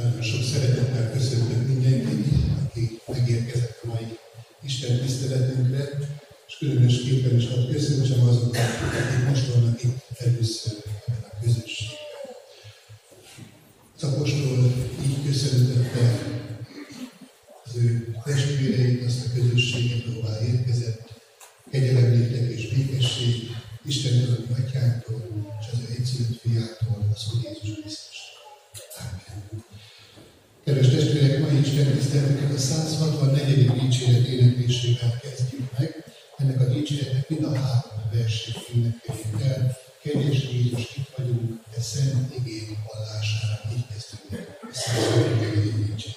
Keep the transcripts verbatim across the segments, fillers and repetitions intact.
Nagyon sok szeretettel köszöntök mindenkit, aki megérkezett a mai Isten tiszteletünkre, és különösképpen is hadd köszöntsem azokat, akik most vannak itt először ebben a közösségben. Az apostol így köszöntötte az ő testvéreit, azt a közösséget, ahová érkezett. Kegyelem néktek és békesség Istentől, a Atyánktól, és az ő egyszülött fiától, az Úr Jézus Krisztustól. Ámen. Kedves testvérek, mai Isten tiszteletünket a száz hatvannegyedik dicséret éneklésével kezdjük meg. Ennek a dicséretnek mind a három versét énekeljük el. Kegyes Jézus, itt vagyunk, de szent igény vallására. Így kezdjük meg a száz hatvannegyedik dicséret.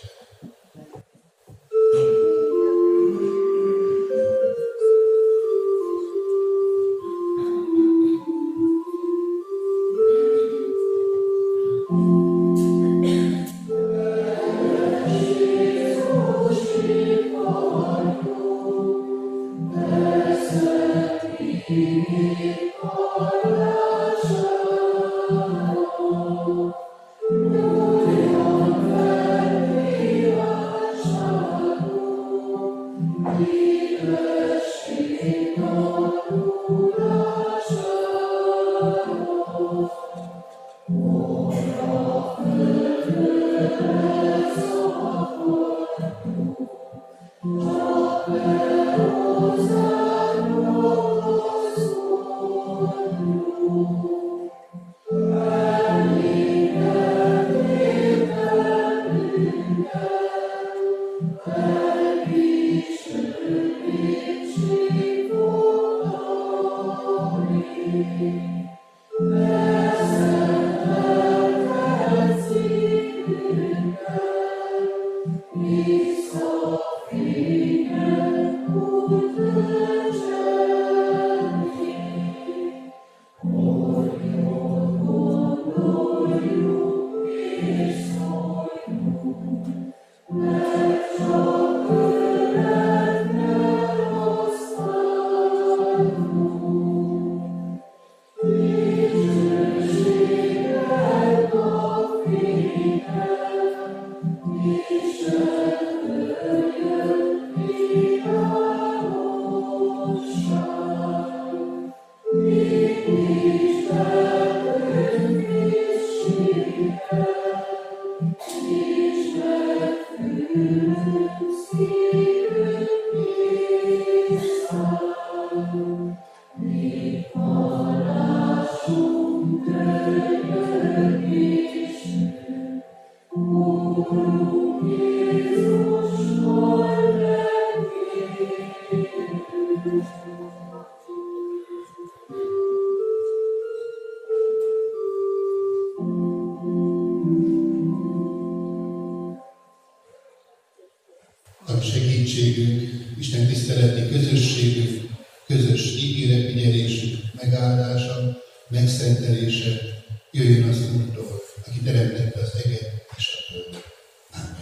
Isten tiszteleti közösségünk, közös ígéret figyelésünk, megáldása, megszentelése jöjjön az Úrtól, aki teremtette az eget és a földet. Ámen.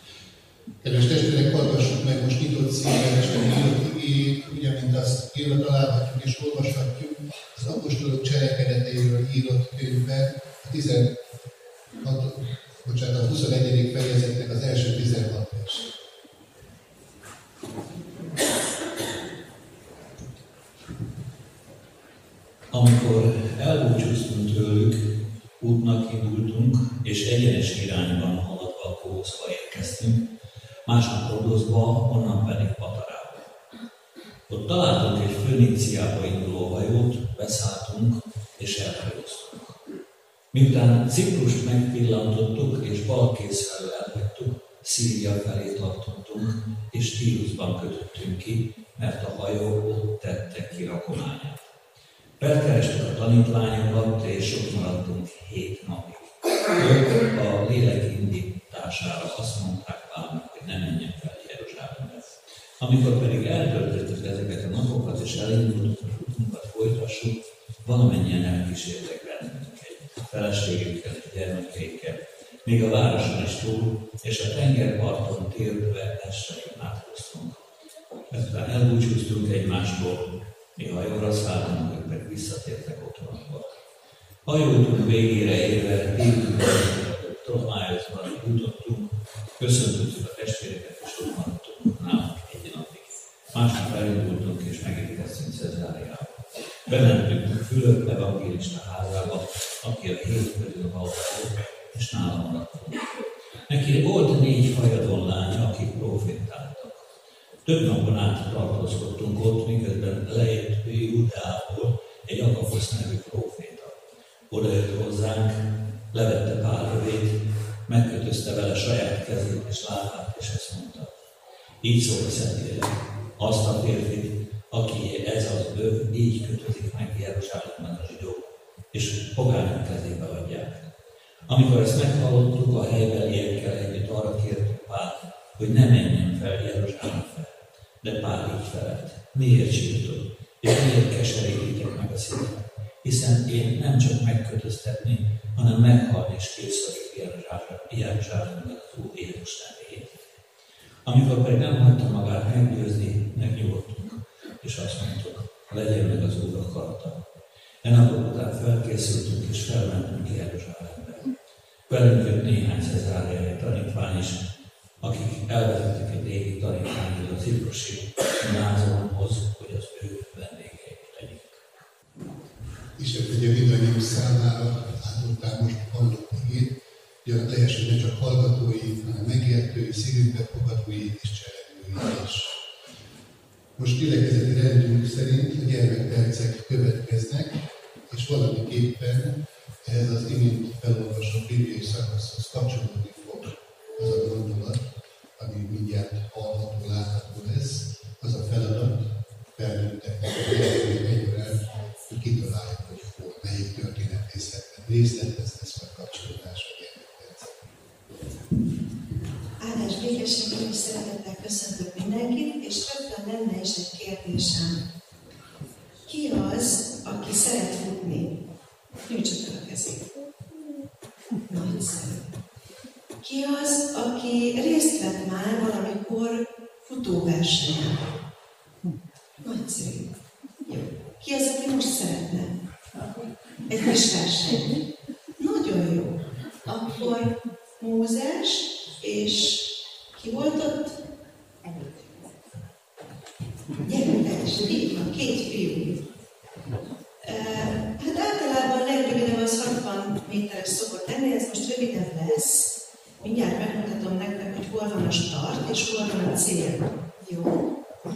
Kedves testvérek, hallgassuk meg most nyitott szívvel Isten írott igéjét, ugye, mint azt írva találhatjuk és olvashatjuk az apostolok cselekedeteiről írott könyvben, a tizenhat, bocsánat, a huszonegyedik fejezetnek az első tizenhat versét. Amikor elbúcsúztunk tőlük, útnak indultunk, és egyenes irányban haladva a Kóoszba érkeztünk, másnap Rodozba, onnan pedig Patarába. Ott találtunk egy Föníciába induló hajót, beszálltunk és elhajóztunk. Miután Ciprust megpillantottuk és balkész felől elhagytuk, Szíria felé tartottunk, és Tírusban kötöttünk ki, mert a hajó ott tette ki rakományát. Felkerestük a tanítványokat, és ott maradtunk hét napig. Ők a lélek indítására azt mondták Pálnak, hogy ne menjen fel Jeruzsálembe. Amikor pedig eltöltöttük ezeket a napokat, és elindultunk, hogy utunkat folytassuk, valamennyien elkísértek bennünket egy feleségükkel és gyermekeikkel, még a városon is túl, és a tengerparton térve esre imádkoztunk. Ezután elbúcsúztunk egymástól, mi hajóra szálltunk, ők meg visszatértek otthonokba. Hajóutunk végére érve, délután Ptolemaioszban jutottunk, köszöntöttük a testvéreket, és ott maradtunk nálunk egy napig. Másnap elindultunk, és megérkeztünk Cezáreába. Bementünk Fülöp evangélista házába, aki a hét közül hallott, és nála maradtunk. Neki volt négy hajadonlánya, akik profétáltak. Több napon át tartózkodtunk ott, miközben lejött Judeából egy Agaposz nevű proféta. Oda jött hozzánk, levette pálövét, megkötözte vele saját kezét és lábát, és ezt mondta: így szól a Szentlélek, azt a férfit, aki ez az öv, így kötözik meg Jeruzsálemben a zsidók, és pogányok kezébe adják. Amikor ezt meghallottuk, a helybeliekkel együtt arra kértük Pált, hogy ne menjen fel Jeruzsálembe. De Pál így felelt: miért sírtod, és miért keserítitek meg a szívemet? Hiszen én nem csak megkötöztetni, hanem meghalni és készülök Jeruzsálemben az Úr Jézus nevéért. Amikor pedig nem hagyta magát meggyőzni, megnyugodtunk, és azt mondtuk: legyen meg az Úr akarata. E napok után felkészültünk, és felmentünk Jeruzsálembe. Velünk jött néhány cezáreai tanítvány is, akik elvezettek egy régi tanítványhoz, a ciprosi Mnázonhoz, hogy az ő vendégeit legyünk. Isten tegye mindannyiunk számára általában most hallott igét, hogy a teljesen ne csak hallgatói, hanem megértői, szívünkbe fogadói és cselekvői is. Most gyülekezeti rendünk szerint a gyermekpercek következnek, és valamiképpen ehhez az imént felolvasott bibliai szakaszhoz kapcsolódni fog az a gondolat, ami mindjárt hallható, látható lesz. Az a feladat felnőtteknek, a gyerekek egyaránt, hogy kitaláljuk, hogy hol, melyik történetészetben részlethez lesz a kapcsolódás a gyermekpercek. Áldás békességben is szeretettel köszöntök mindenkit, és rögtön lenne is egy kérdésem. Ki az, aki szeret futni? Nyújtsa fel a kezét. Nagyszerű. Ki az, aki részt vett már valamikor futóversenyen? Nagyszerű. Jó. Ki az, aki most szeretne? Egy kis verseny. Nagyon jó. Akkor Mózes és ki volt ott? Gyermekes, így van, két fiú. Hát általában a legrövidebb az hatvan méteres szokott lenni, ez most rövidebb lesz. Mindjárt megmutatom nektek, hogy hol van a start és hol van a cél. Jó.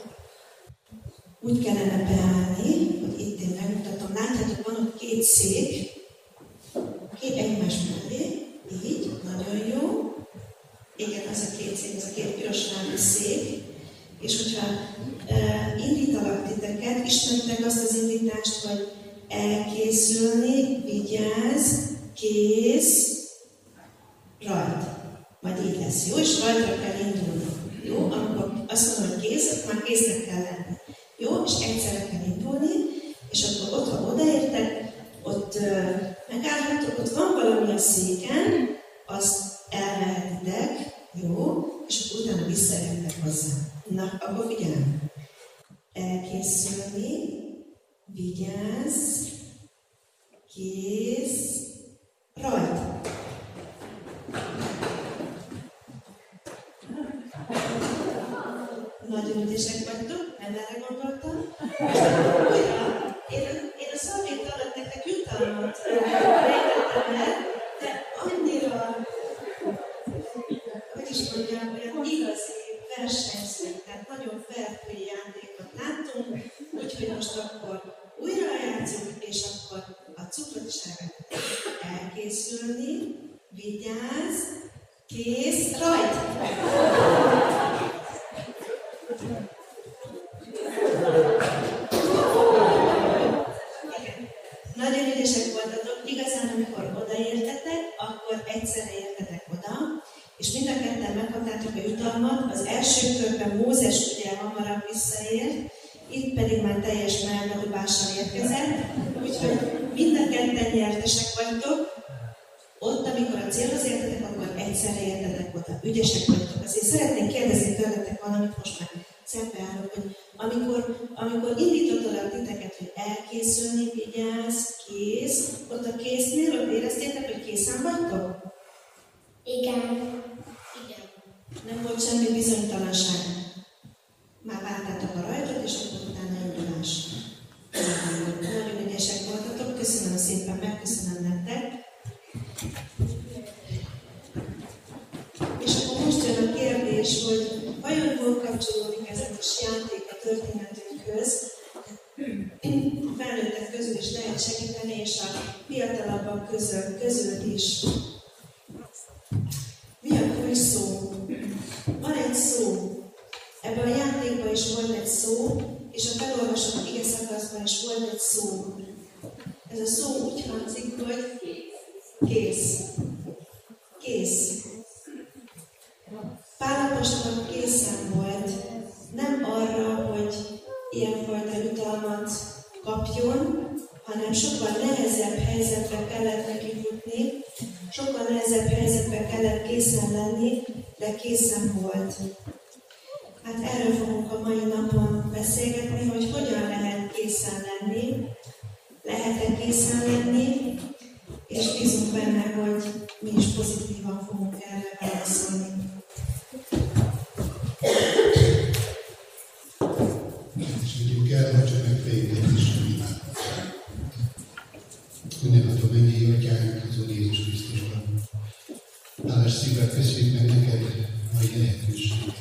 Úgy kellene beállni, hogy itt én megmutatom. Látjátok, van ott két szék, két egymás mellé, így, nagyon jó. Igen, az a két szék, az a két piros lábú szék. És hogyha e, indítalak titeket, ismeritek azt az indítást, hogy elkészülni, vigyázz, kész, rajt. Majd így lesz, jó? És rajtra kell indulni. Jó? Amikor azt mondom, hogy kész, akkor már késznek kell lenni. Jó? És egyszerre kell indulni, és akkor ott, ha odaértek, ott uh, megállhatok, ott van valami a széken, azt elvehetitek, jó? És akkor utána visszaértek hozzá. Na, akkor figyelem. Elkészülni, vigyázz, kész, rajt. Nagyon ügyesek vagytok, nem erre gondoltam. Újra, én, én a szavét alatt nektek jutalmat rejtettem el, de annyira, hogy is mondjam, olyan igazi versenyszerű, tehát nagyon fair-play játékot láttunk, úgyhogy most akkor újra játszunk, és akkor a cukrot is elkészülni, vigyázz, kész, rajt! Nagyon ügyesek voltatok, igazán amikor odaértetek, akkor egyszerre értetek oda, és mind a ketten megkaptátok a jutalmat. Az első körben Mózes ugye hamarabb visszaért, itt pedig már teljes mellbedobással érkezett, úgyhogy mind a ketten nyertesek vagytok. Ott, amikor a célhoz értetek, akkor egyszerre értetek oda. Ügyesek vagytok. Azért szeretnék kérdezni tőletek valamit, most már szembeállok, hogy amikor, amikor indítottalak titeket, hogy elkészülni, vigyázz, kész, ott a késznél, ott éreztétek, hogy készen vagytok? Igen. Igen. Nem volt semmi bizonytalanság. Már vártátok a rajtot, és akkor utána indulás. Nagyon ügyesek voltatok, köszönöm szépen, megköszönöm nektek. És akkor most jön a kérdés, hogy vajon hol kapcsolódik ez a kis játék a történetünkhöz. Én felnőttek közül is lehet segíteni, és a fiatalabbak közül, közül is. Mi a kulcs szó? Van egy szó. Ebben a játékban is volt egy szó, és a felolvasott ige szakaszban is volt egy szó. Ez a szó úgy hangzik, hogy kész. Kész. Pál apostol készen volt, nem arra, hogy ilyenfajta jutalmat kapjon, hanem sokkal nehezebb helyzetbe kellett neki jutni, sokkal nehezebb helyzetbe kellett készen lenni, de készen volt. Hát erről fogunk a mai napon beszélgetni, hogy hogyan lehet készen lenni, lehet-e készen lenni, és bízunk benne, hogy mi is pozitívan fogunk erre válaszolni. És vigyünk el, hogy csak megfejtett is a imádkozás. Mindenható mennyi atyánk, az Úr Jézus Krisztusban. Hálás szívvel köszönjük meg neked mai lehetőséget.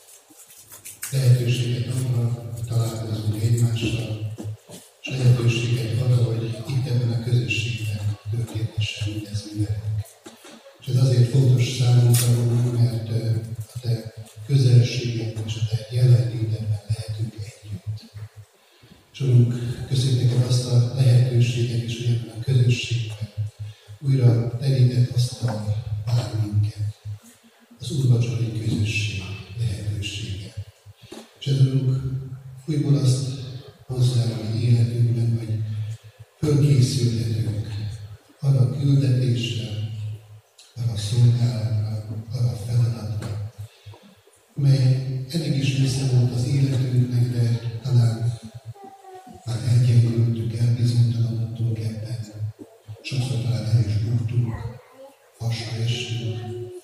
Lehetőséget arra, találkozunk egymással, és lehetőséget arra, hogy itt ebben a közösségben történhessen mindez mindenek. És ez azért fontos számunkra, mert a te közelségedben és a te jelenlétedben lehetünk együtt. És Urunk, köszönjük neked azt a lehetőséget is, hogy ebben a közösségben újra terített asztal vár minket. Az úrvacsori közösség lehetősége. És ez Urunk, újból azt hozzá a mi életünkben, hogy fölkészülhetünk arra a küldetésre, arra a szolgálatra, arra a feladatra, mely eddig is része volt az életünknek, de talán már elgyengültünk, elbizonytalanodtunk ebben. Sokszor talán el is buktunk, hasra estünk.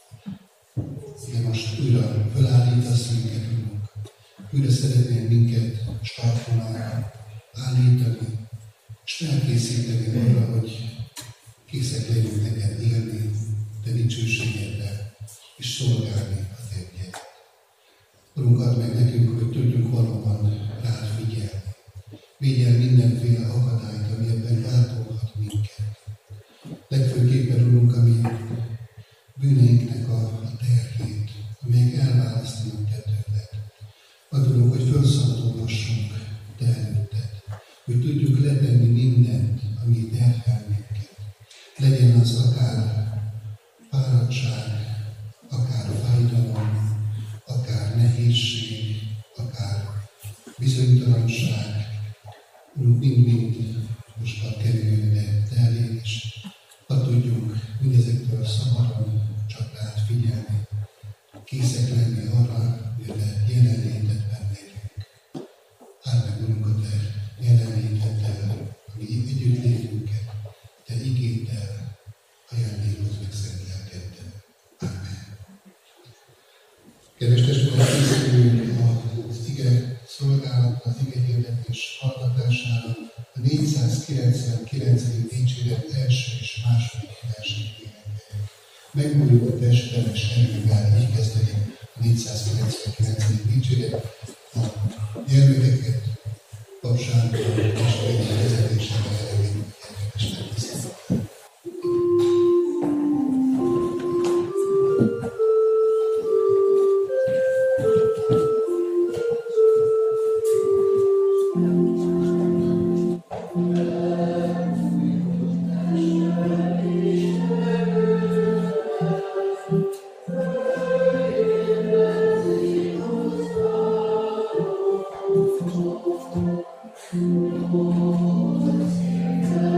De most újra fölállítasz minket, Urunk. Újra szeretnél minket startvonalra állítani, és felkészíteni arra, hogy készek legyünk neked élni, de dicsőségeddel, és szolgálni a te ügyedet. Urunk, add meg nekünk, hogy tudjunk valóban rád figyelni. Védj el mindenféle akadályt, ami ebben gátolhat minket. Legfőképpen, Urunk, ami bűneinknek a, a terhét, amelyek elválasztanak te tőled. Add, Urunk, hogy felszabadulhassunk te előtted, hogy tudjuk letenni mindent, ami terhel minket. Legyen az akár fáradtság, akár fájdalom, akár nehézség, akár bizonytalanság, mind-mind most a kerülőbe te elég is. Ha tudjunk mindezektől szabadon csak rád figyelni, készek lenni arra, hogy a te jelenlétedben legyünk. Áld meg, Urunk, a te jelenléteddel, ami együttlétünket, te igéddel ajándékoz meg szent lelkeddel. Amen. Kedves testvérek, készülünk az ige szolgálatra, az ige hirdetés hallgatására, a négyszázkilencvenkilencedik dicséret első és második versét énekeljük. Megújuló testeles erővel, így kezdődik a négyszázkilencvenkilencedik dicséret. A gyermekeket Pap Sándor testvéri vezetésével elevényük gyermekesnek tisztelettel. Thank you.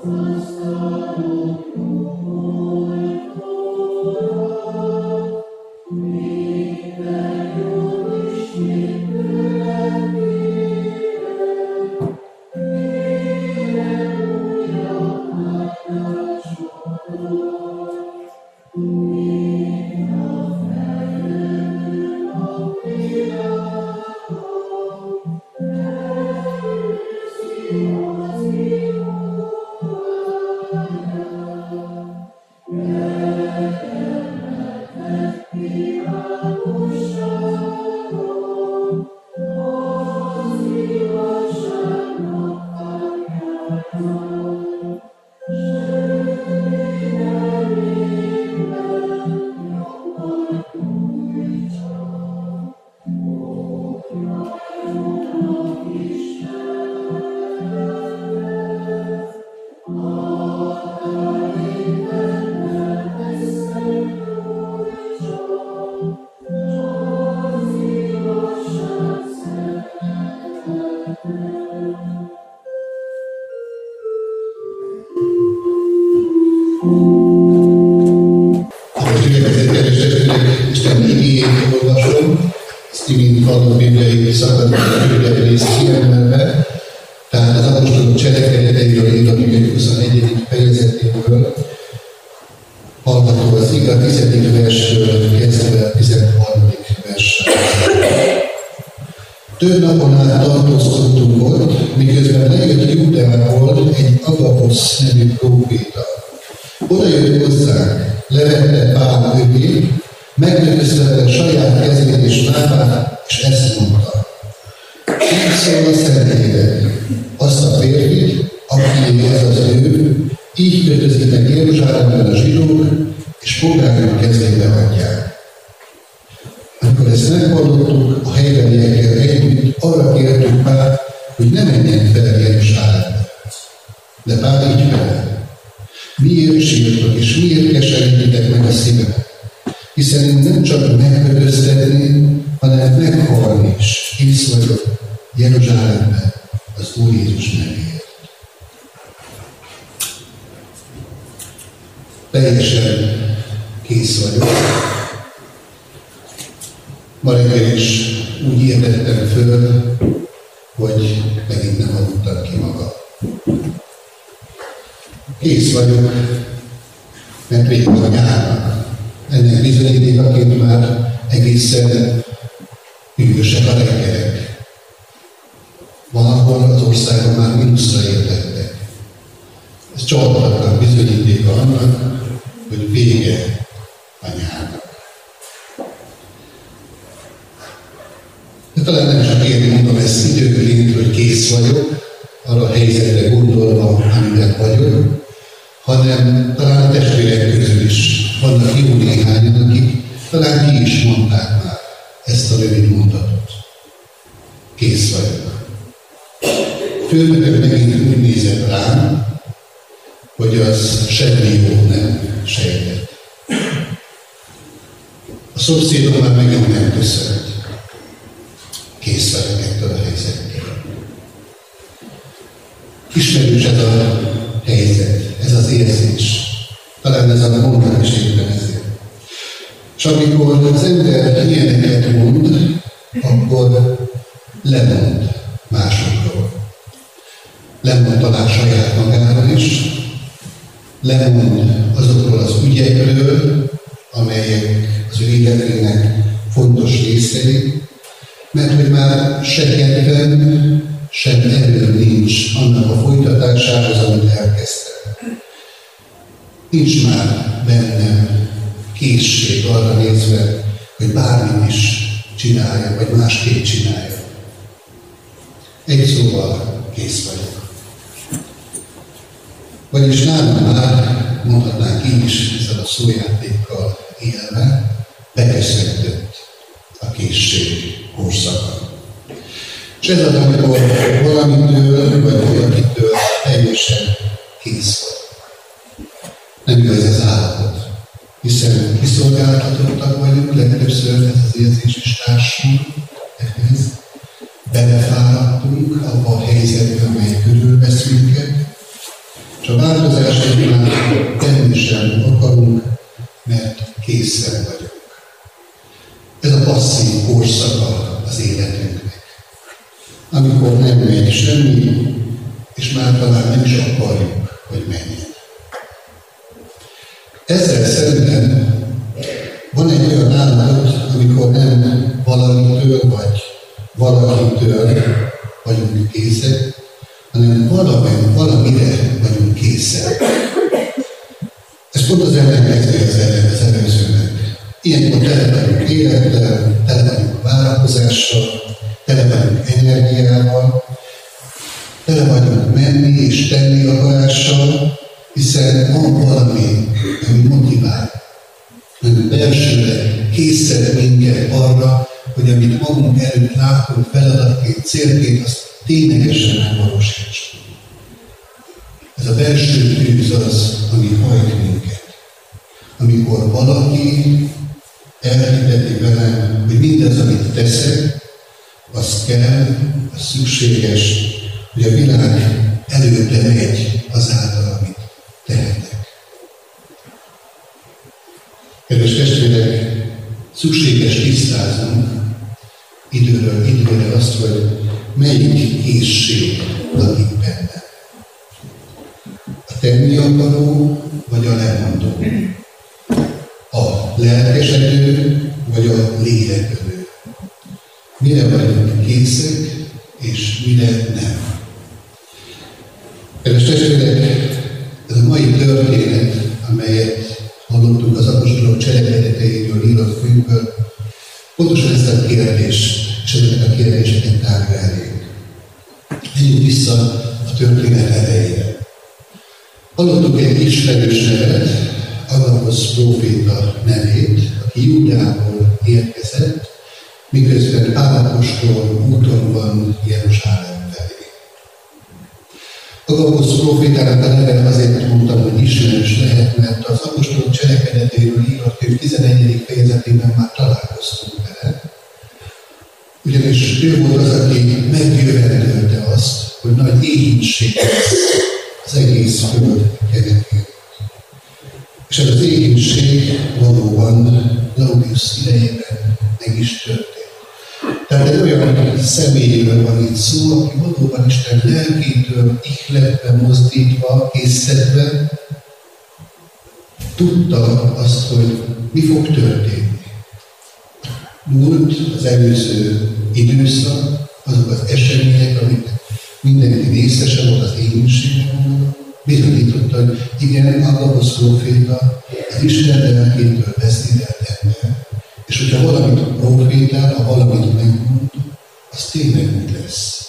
Több napon át tartózkodtunk ott, miközben lejött Júdeából egy Agabosz nevű próféta. Oda jött hozzánk, levette Pál övét, megkötözte vele saját kezét és lábát, és ezt mondta. Így szól a Szentlélek, azt a férfit, aki ez az ő, így kötözik meg Jeruzsálemben a zsidók, és polgárok kezébe adják. Amikor ezt meghallottuk, a helybeliekkel együtt arra kértük Pál, hogy ne menjen fel Jeruzsálembe. De Pál így felel. Miért sírtok, és miért keserítitek meg a szívemet? Hiszen én nem csak megkötöztetni, hanem meghalni is. Kész vagyok Jeruzsálemben az Úr Jézus nevéért. Teljesen kész vagyok. Ma reggel is úgy ébredtem föl, hogy megint nem aludtam ki magam. Kész vagyok, mert vége a nyárnak. Ennek bizonyítékaként már egészen hűvösek a reggelek. Valahol az országon már mínuszra értettek. Ez csalódhatatlan bizonyítéka annak, hogy vége a nyárnak. De talán nem csak én mondom ezt időként, hogy kész vagyok, arra a helyzetre gondolva, amiben vagyok, hanem talán a testvérek közül is vannak jó néhányan, akik talán ki is mondták már ezt a rövid mondatot. Kész vagyok. Főnökök megint úgy nézett rám, hogy az semmi jó nem sejtett. A szomszédom már megint nem köszönt. Kész vagyok ettől a helyzettől. Ismerős ez a helyzet, ez az érzés. Talán ez a mondat is éppen ezért. És amikor az ember ilyeneket mond, akkor lemond másokról. Lemond talán saját magáról is, lemond azokról az ügyekről, amelyek az ő életének fontos részei, mert hogy már se kedvem, sem erőm nincs annak a folytatásához, amit elkezdtem. Nincs már bennem készség arra nézve, hogy bármit is csinálja, vagy másképp csinálja. Egy szóval kész vagyok. Vagyis nálam már, mondhatnánk így is, ezzel a szójátékkal élve, beköszöntött a készség korszaka. És ez az, amikor valamitől, vagy valakitől teljesen kész vagy. Nem jó ez az állapot, hiszen kiszolgáltatottak vagyunk, legtöbbször ez az érzés is társul ehhez. Belefáradtunk abba a helyzetbe, amely körülvesz minket, és a változásra már tenni sem akarunk, mert készen vagyunk. Ez a passzív korszaka az életünknek, amikor nem megy semmi, és már talán nem is akarjuk, hogy menjen. Ezzel szemben van egy olyan állapot, amikor nem valamitől vagy valakitől vagyunk készek, hanem valamen, valamire vagyunk készen. Ez pont az ellenkező az, az előzőnek. Ilyenkor tele vagyunk élettel, tele vagyunk várakozással, tele vagyunk energiával, tele vagyunk menni és tenni akarással, hiszen van valami, ami motivál, ami belsőleg készít minket arra, hogy amit magunk előtt látunk feladatként, célként, azt ténylegesen megvalósítsuk. Ez a belső tűz az, ami hajt minket. Amikor valaki elhiteti velem, hogy mindez, amit teszek, az kell, az szükséges, hogy a világ előtte megy azáltal, amit tehetek. Kedves testvérek, szükséges tisztáznunk időről időre azt, hogy melyik készség lakik benne. A tenni akaró, vagy a lemondó. A lelkesedő, vagy a lélekölő. Mire vagyunk készek, és mire nem. Kedves testvérek, ez a mai történet, amelyet hallottunk az apostolok cselekedeteiről írott könyvből, pontosan ezt a kérdést, és ezeket a kérdéseket tárja elénk. Menjünk vissza a történet elejére. Hallottuk egy ismerős nevet, Agabus próféta nevét, aki Júdeából érkezett, miközben Pál apostol úton van Jeruzsálem felé. Agabus prófétának a neve azért mondtam, hogy ismerős lehet, mert az apostolok cselekedeteiről írott könyv tizenegyedik fejezetében már találkoztunk vele. Ugyanis ő volt az, aki megjövendölte azt, hogy nagy éhínség lesz az egész föld keretén. És ez az éhínség valóban Claudius idejében meg is történt. Tehát egy olyan személyről van itt szó, aki valóban Isten lelkétől ihletve, mozdítva, készítve tudta azt, hogy mi fog történni. Múlt az előző időszak, azok az események, amik mindenki részese volt az éhínségben, bizonyította, hogy igen, Agabus próféta az Isten lelkétől vezérelt ember, és hogyha valamit profétál, ha valamit megmond, az tényleg úgy lesz.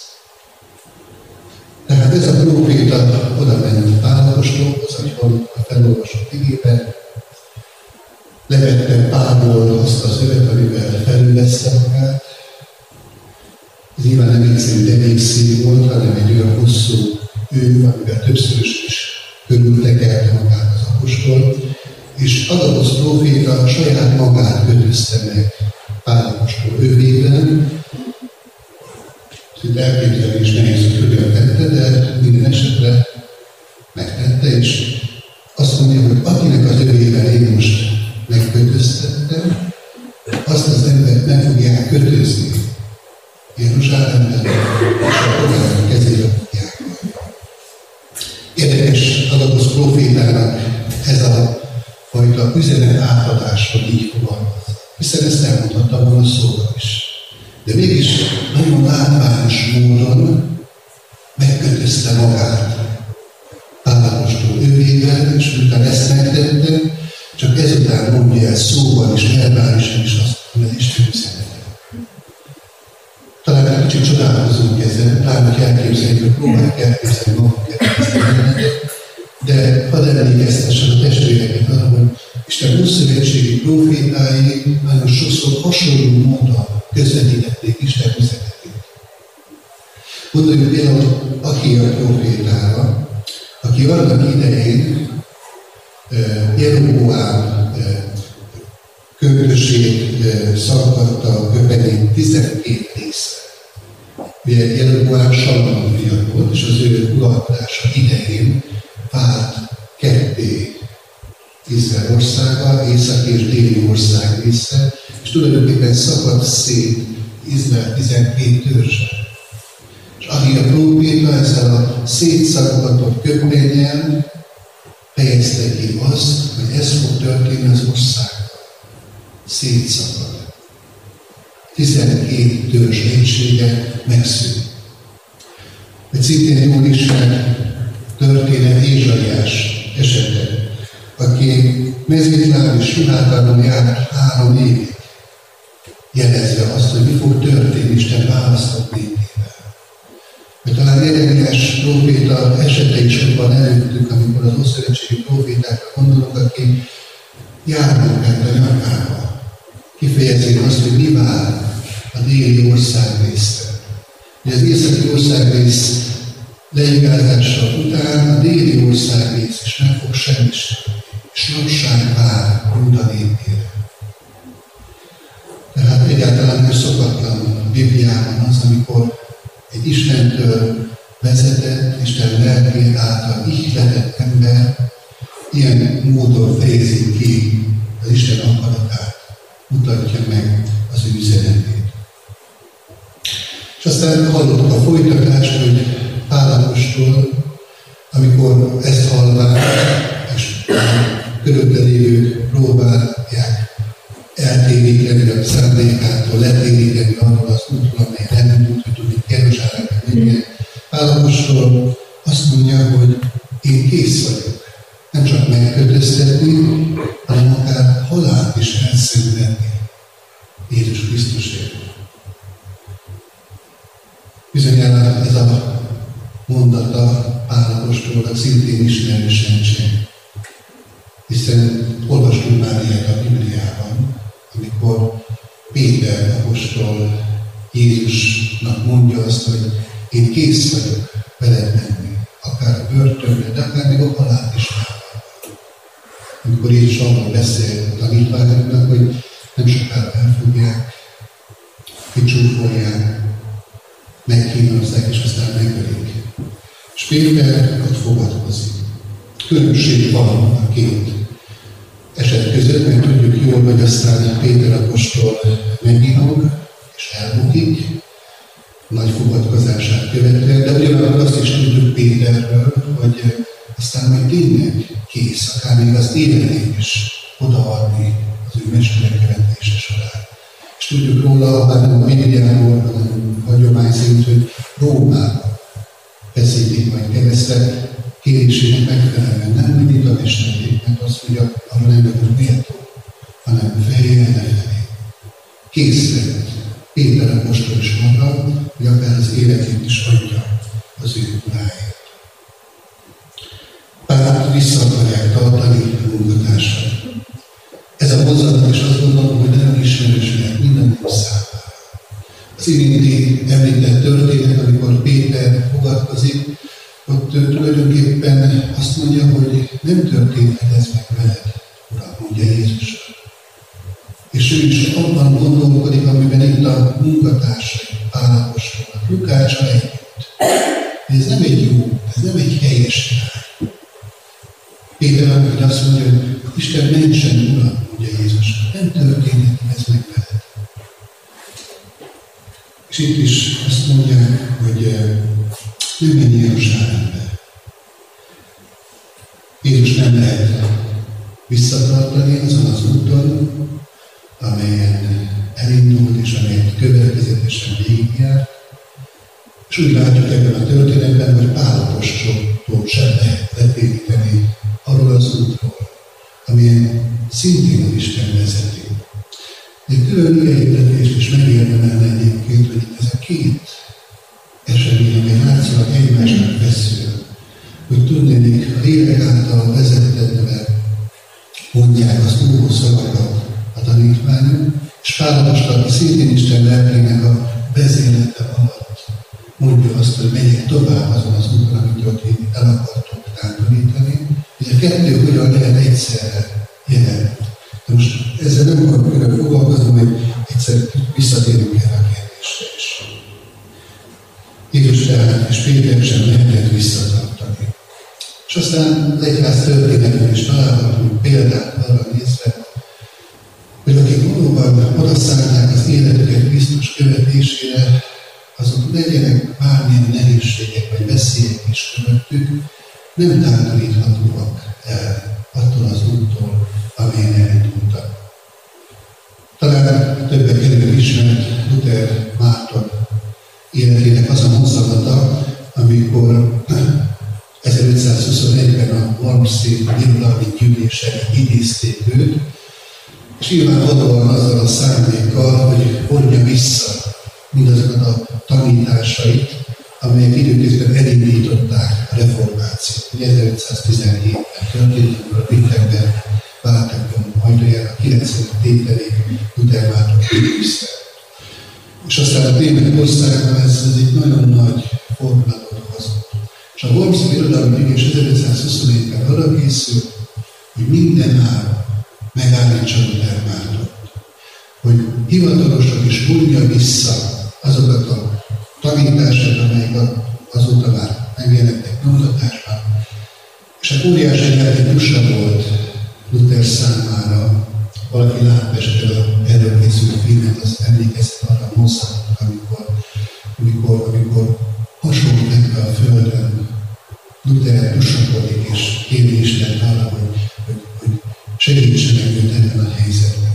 Tehát ez a próféta oda ment Pál apostolhoz, ahogy hallottuk a felolvasott igében, levette Pálból azt az övet, amivel felülvessze magát. Ez nyilván nem egyszerű derékszív volt, hanem egy olyan hosszú ő, amivel többször is körültekelte magát az apostol, és Agabus próféta saját magát kötözte meg Pál apostol övében. Itt elképzelni is nehéz, hogy hogyan tette, de minden esetre megtette, és azt mondja, hogy akinek az övében én most megkötöztettem, azt az embert meg fogják kötözni Jeruzsálemben, és a polgárok kezébe fogják majd. Érdekes Agabus prófétának ez a fajta üzenet átadás, hogy így fogalmaz. Hiszen ezt elmondhatta volna szóval is. De mégis nagyon látványos módon megkötözte magát Pál apostol övével, és miután ezt megtette, csak ezután mondja el szóval és verbálisan is azt, hogy az Isten üzenete. Talán egy kicsit csodálkozunk ezen, talán hogy elképzeljük, hogy próbáljuk elképzelni magunkat ezt a jelenetet, de hadd emlékeztessen a testvéreket arra, hogy Isten ószövetségi prófétái nagyon sokszor hasonló módon közvetítették Isten üzenetét. Gondoljuk például Ahija prófétára, aki annak idején Jeroboám költösét szakadta a köpenyét tizenkét része. Ugye Jeroboám Salomon fia volt, és az ő uralkodása idején vált Izrael országa, észak és déli ország része, és tulajdonképpen szakadt szét Izrael tizenkét törzse. És Ahija próféta ezzel a szétszakadott köpenyel fejezte ki azt, hogy ez fog történni az országban. Szétszakad. tizenkét törzs egysége megszűnik. Egy szintén jól ismert történet Ézsaiás esete, aki mezítláb és ruhátlanul járt három évig, jelezve azt, hogy mi fog történni Isten választott népével. Mert talán Jeremiás próféta esete is ott van előttük, amikor az ószövetségi prófétákra gondolok, aki járnak át a nyakába. Kifejezi azt, hogy mi vár a déli országrészre. Hogy az északi országrész leigázása után a déli országrész is nem fog semmisülni, és napság vár Júda népére. Tehát egyáltalán nem szokatlan a Bibliában az, amikor egy Istentől vezetett, Isten lelké által ihletett ember ilyen módon fejezi ki az Isten akaratát, mutatja meg az ő üzenetét. És aztán hallottuk a folytatást, hogy Pál apostol, amikor ezt hallván, és körülbelül lévők próbálják eltéríteni a szándékától, letéríteni arról az útról, amely nem tud, hogy tudjuk Jeruzsálembe menni. Pál apostol azt mondja, hogy én kész vagyok. Nem csak megkötöztetni, hanem akár halált is elszenvedni Jézus Krisztusért. Bizonyára ez a mondata Pál apostolnak szintén ismerősen cseng. Hiszen olvastunk már ilyet a Bibliában, amikor Péter apostol Jézusnak mondja azt, hogy én kész vagyok veled menni, akár a börtönre, de akár még a halált is vállalva. Amikor Jézus arról beszél a tanítványoknak, hogy nem sokára elfogják, kicsúfolják, megkínozzák, és aztán megölik. És Péter ott fogadkozik. Különbség van a két eset között, mert tudjuk jól, hogy aztán Péter apostol megnyinog, és elbukik, nagy fogadkozását követően, de ugyanakkor azt is tudjuk Péterről, hogy aztán majd tényleg kész, akár még az életét is odaadni az ő mesterek követése során. És tudjuk róla, bár nem a Bibliáról, hanem hagyomány szerint, hogy Rómában feszítik majd keresztre, kérésének megfelelően nem mindig a mesterét, mert azt mondja, arra nem vagyunk méltó, hanem fejjel lefelé. Kész lett Péter apostol is arra, hogy akár az életét is adja az ő uráért. Párt vissza akarják tartani a munkatársat. Ez a mozzanat is azt gondolom, hogy nagyon ismerős lehet minden nép számára. Az iménti említett történet, amikor Péter fogadkozik, ott tulajdonképpen azt mondja, hogy nem történhet ez meg veled, Uram, mondja Jézus. És ő is abban gondolkodik, amiben itt a munkatársai, Pál apostolnak, Lukáccsal együtt. Ez nem egy jó, ez nem egy helyes irány. Péter amikor azt mondja, hogy Isten mentsen, Uram, mondja Jézus, nem történhet ez meg veled. És itt is azt mondják, hogy nem menj Jeruzsálembe. Jézus nem lehet visszatartani azon az úton, amelyen elindult és amelyet következetesen végigjárt. És úgy látjuk ebben a történetben, hogy Pál apostoltól sem lehet letéríteni arról az útról, amilyen szintén az Isten vezeti. Egy külön idejétetést is megérdemelne egyébként, hogy ez a két esemény, amely látszik egymásnak feszül, hogy tudnék a lélek által vezettetve mondják az úró szavakat a tanítványok, és Pál apostol, aki szintén Isten lelkének a vezérlete alatt mondja azt, hogy megyek tovább azon az úton, amit ott én el akartok tántorítani, hogy a kettő hogyan lehet egyszerre jelen. De most ezzel nem akarok külön foglalkozni, hogy egyszer visszatérünk el a kérdésre is. Jézus tehát és Péter sem lehetett visszatartani. És aztán az egyház történetben is találhatunk példát arra nézve, hogy akik valóban odaszánták az életüket Krisztus követésére, azok legyenek bármilyen nehézségek vagy veszélyek is körülöttük, nem tántoríthatóak el attól az úttól, amelyen elindultak. Talán többek előtt ismert Luther Márton életének az a mozzanata, amikor ezerötszázhuszonegyben a Wormsi Birodalmi Gyűlésen idézték őt, és nyilvánvalóan azzal a szándékkal, hogy vonja vissza mindazokat a tanításait, amelyek időközben elindították a reformációt. ezerötszáztizenhétben történt, amikor a Wittenberg Bátekon hajtójának kilencvenek tételék Luther Márton vissza. És aztán a német országban ez, ez egy nagyon nagy fordulatot hozott. És a Wormsi Birodalmi Gyűlés ezerötszázhuszonegyben arra készült, hogy minden áron megállítsa Luther Mártont, hogy hivatalosan is vonja vissza azokat a tanításokat, amelyek azóta már megjelentek nyomtatásban. És a óriási játékusa volt Luther számára. Valaki lát Pestre erről készült filmet, az emlékeztet arra a mozzanatot, amikor, amikor, amikor hasonló meg a földön Luther tusakodik, és kéri Istent arra, hogy, hogy, hogy segítsen meg őt ebben a helyzetben.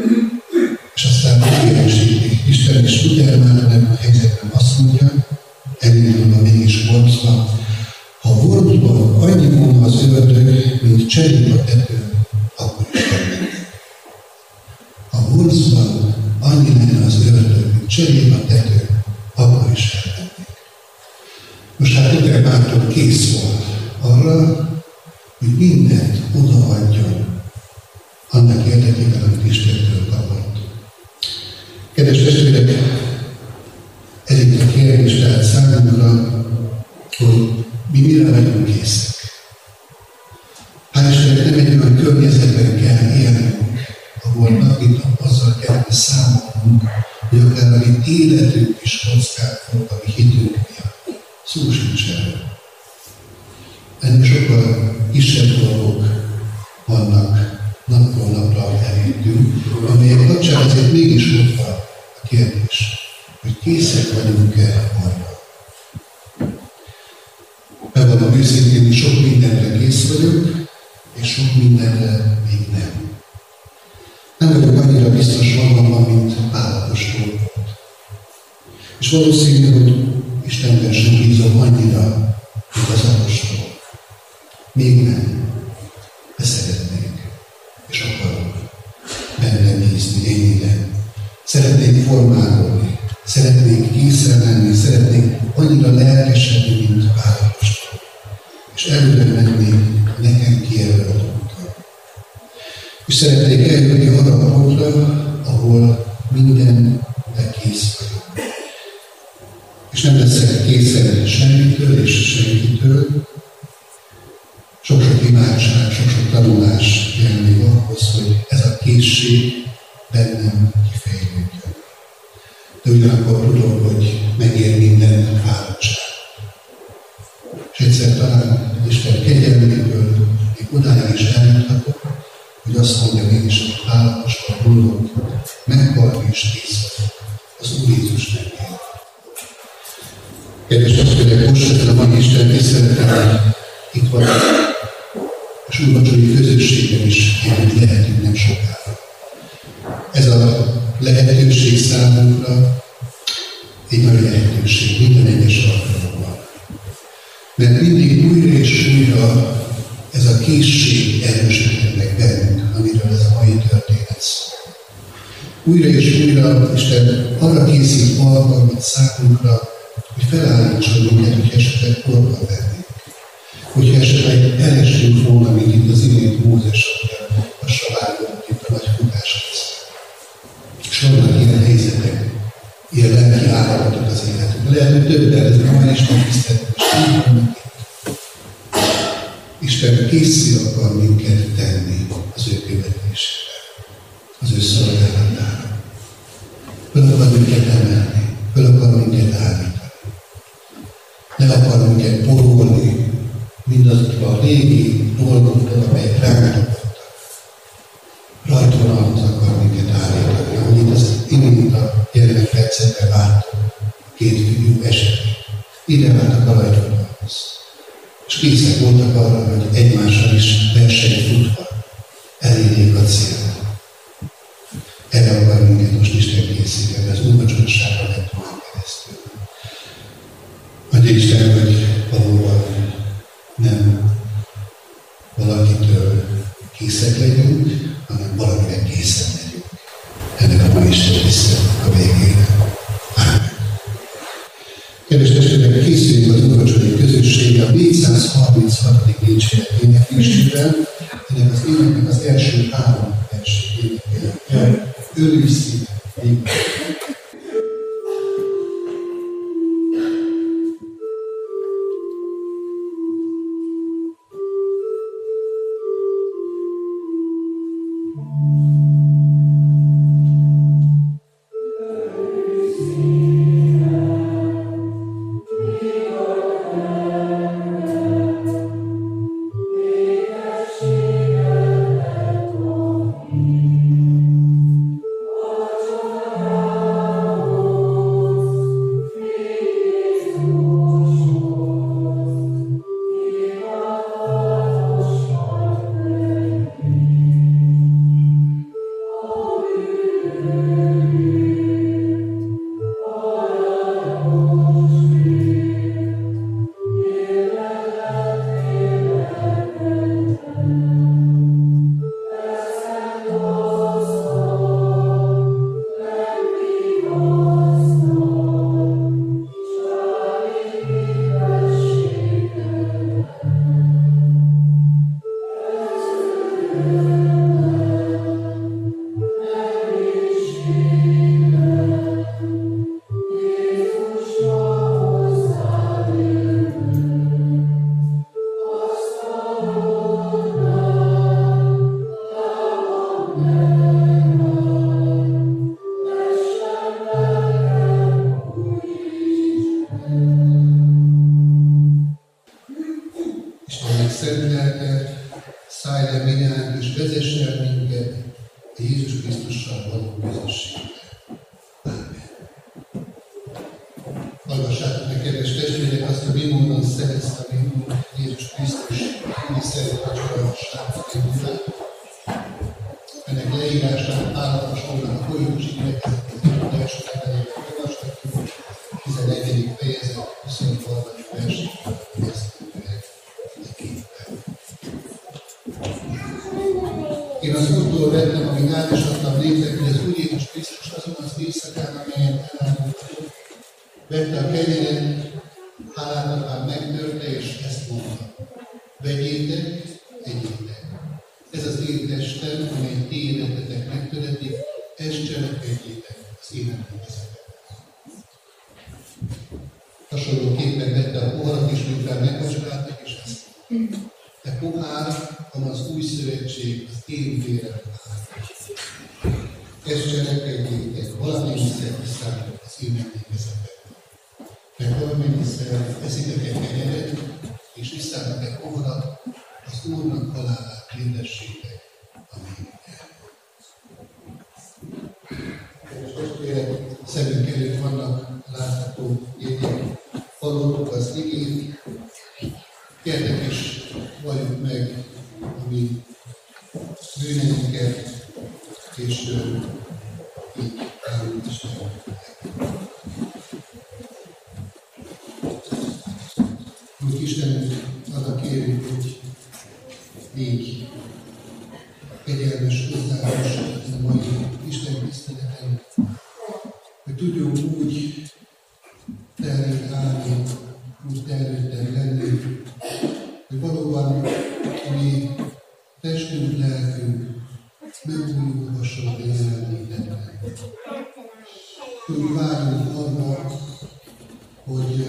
És aztán megjelensítik Isten, és Luther már ebben a helyzetben azt mondja, elindulva mégis Wormsba, ha Wormsban annyi volna az ördög, mint cserép a tetőn, akkor is elmennék. Ha Wormsban annyi lenne az ördög, mint cserép a tetőn, akkor is elmennék. Most hát Luther Márton kész volt arra, hogy mindent odaadjon annak érdekében, amit Istentől kapott. Kedves testvérek, ez itt a kérdés tehát számunkra, hogy mi mire vagyunk készek. Hál' Istennek nem egy olyan környezetben kell élnünk, ahol napit azzal kell számolnunk, hogy akár a mi életünk is kockát fog, a mi hitünk miatt. Szó sincs erről. Ennél sokkal kisebb dolgok vannak napról napra előttünk, amelyek kapcsán azért mégis ott van a kérdés, hogy készek vagyunk-e arra. Bevallom őszintén, hogy sok mindenre kész vagyok, és sok mindenre még nem. Nem vagyok annyira biztos magamban, mint Pál apostol volt. És valószínű, hogy Istenben sem bízom annyira, mint az apostol. Még nem. De szeretnék, és akarok benne bízni ennyire. Szeretnék formálódni, szeretnék készen lenni, szeretnék annyira lelkesedni, mint Pál apostol. És előre menni nekem kijelölt úton. És szeretnék eljönni arra a pontra, ahol mindenre kész vagyok. És nem leszek készen semmitől és senkitől. Sok-sok imádság, sok-sok tanulás kell még ahhoz, hogy ez a készség bennem kifejlődjön. De ugyanakkor tudom, hogy megér minden fáradtság. És egyszer talán Isten kegyelméből még odáig is eljuthatok, hogy azt mondja mégis, hogy Pál apostol mondott, meghalni is kész vagyok, az Úr Jézus megér. Kedves testvérek, most ezen a mai Isten tiszteleten itt van és úrvacsori közösségben is együtt lehetünk nem sokára. Ez a lehetőség számunkra egy nagy lehetőség minden egyes alkalommal. Mert mindig újra és újra ez a készség erősödik meg bennünk, amiről ez a mai történet szól. Újra és újra Isten arra készít alkalmat számunkra, hogy felállítson minket, hogy esetleg korba vennénk. Hogyha esetleg elesünk volna, mint itt az imént Mózes, ahol a savágon, itt a nagy futás készül. És vannak ilyen helyzetek, ilyen lelki állapotok az életünkben. Lehet, hogy többen, ez nem már Isten tiszteletben, és így vannak itt. Isten készül akar minket tenni az ő követésére, az ő szolgálatára. Föl akar minket emelni, föl akar minket állítani. Nem akar minket porolni mindazokra a régi dolgoktól, amelyek ránk tapadtak. Rajtvonalhoz akar minket állítani, ahogy itt az imént a gyermek percekben láttuk a két fiú esetét. Ide álltak a rajtvonalhoz. És készek voltak arra, hogy egymással is versenyt futva elérjék a célt. Erre akar minket most Isten készíteni, az úrvacsoraságra megtudni keresztül. Adja Isten, hogy valóban nem valakitől készek legyünk, hanem valamire készen legyünk. Ennek a mai Isten tiszteletnek a végére. Ámen. Kedves testvérek, készüljünk az úrvacsorai közössége a négyszázharminchatodik dicséret éneklésével. Ennek az éneknek az első három versét énekeljük el. Örülj szívem, Én az Úrtól vettem, amit át is adtam nézek, hogy az Úr Jézus Krisztus azon az éjszakán, amelyen elállítottuk, vette a kenyeret, hálát adván megtörte, és ezt mondta: vegyétek, egyétek. Ez az én testem, amely ti életetek megtöretik, ezt cselekedjétek az én emlékezetemre. Hasonlóképpen vette a poharat is, miután megvacsoráltak, és ezt mondta: e pohár, amaz új szövetség, az én vérem áll. Ezt cselekedjétek, valamennyiszer iszátok az én emlékezetemre. Mert valamennyiszer eszitek egy kenyeret, és iszátok egy poharat, az Úrnak halálát hirdessétek, amíg eljön. Kedves testvérek, szemünk előtt vannak látható jegyek, hallottuk az igét, gyertek is valljuk meg a mi bűneinket, és uh, így állunk Istennek. Úgy Istenünk, arra kérjük, hogy így kegyelmes hozzáállás a mai Isten tiszteleten, hogy tudjunk úgy terén állni, úgy terülten lenni, hogy valóban a mi testünk, lelkünk megújulhasson a jelenlétedben. Úgy várjunk arra, hogy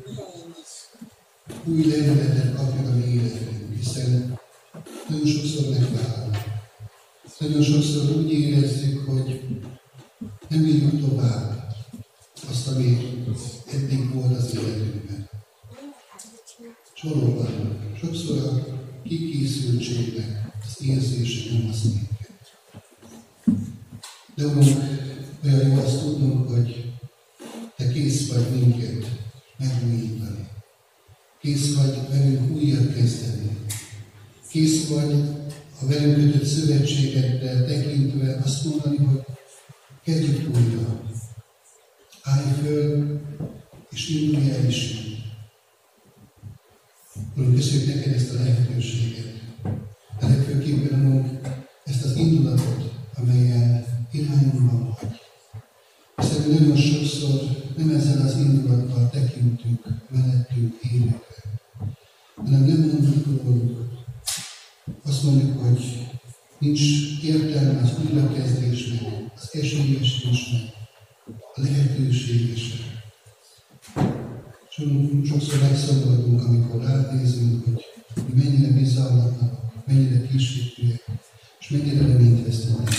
új lendületet kapjon a mi életünk, hiszen nagyon sokszor megválunk. Nagyon sokszor úgy érezzük, hogy nem bírjuk tovább azt, ami eddig volt az életünkben. És valóban sokszor a kikészültségnek az érzése nem az minket. De Urunk, olyan jó azt tudnunk, hogy Te kész vagy minket megújítani. Kész vagy velünk újat kezdeni. Kész vagy a velünk kötött szövetségedre tekintve azt mondani, hogy kezdjük újra. Állj föl, és indulj el is. Urunk, köszönjük neked ezt a lehetőséget. De legfőképpen, Urunk, ezt az indulatot, amelyen irányunkban vagy. Hiszen nagyon sokszor nem ezzel az indulattal tekintünk, menettünk életre, hanem nem mondjuk róluk. Azt mondjuk, hogy nincs értelme az újrakezdésnek, az esélyesésnek, a lehetőségesnek. Sokszor megszomorodunk, amikor ránézünk, hogy mennyire bizalmatlanok, mennyire kísértőek, és mennyire reményt vesztenek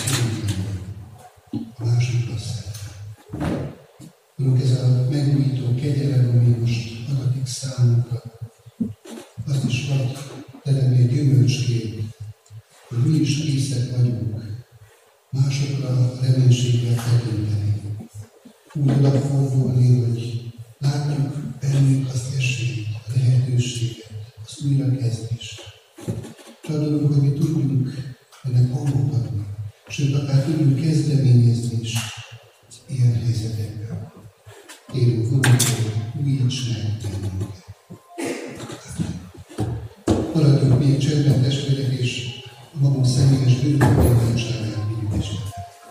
a másikra szemben. Urunk, ez a megújító kegyelem, ami most adatik számunkra, azt is hadd teremni egy gyümölcsként, hogy mi is készek vagyunk másokra reménységgel tekinteni. Úgy odafordulni, hogy látjuk bennünk az esélyt, a lehetőséget, az újrakezdést. Csadolunk, hogy mi tudjunk ennek hangot adni, sőt, akár tudjunk kezdeményezni is ilyen helyzetekben. Kérünk, Urunk, hogy újíts meg bennünket. Maradjunk még csendben, testvérek, és a magunk személyes bűnből-bűnbánságát vigyük Istennek.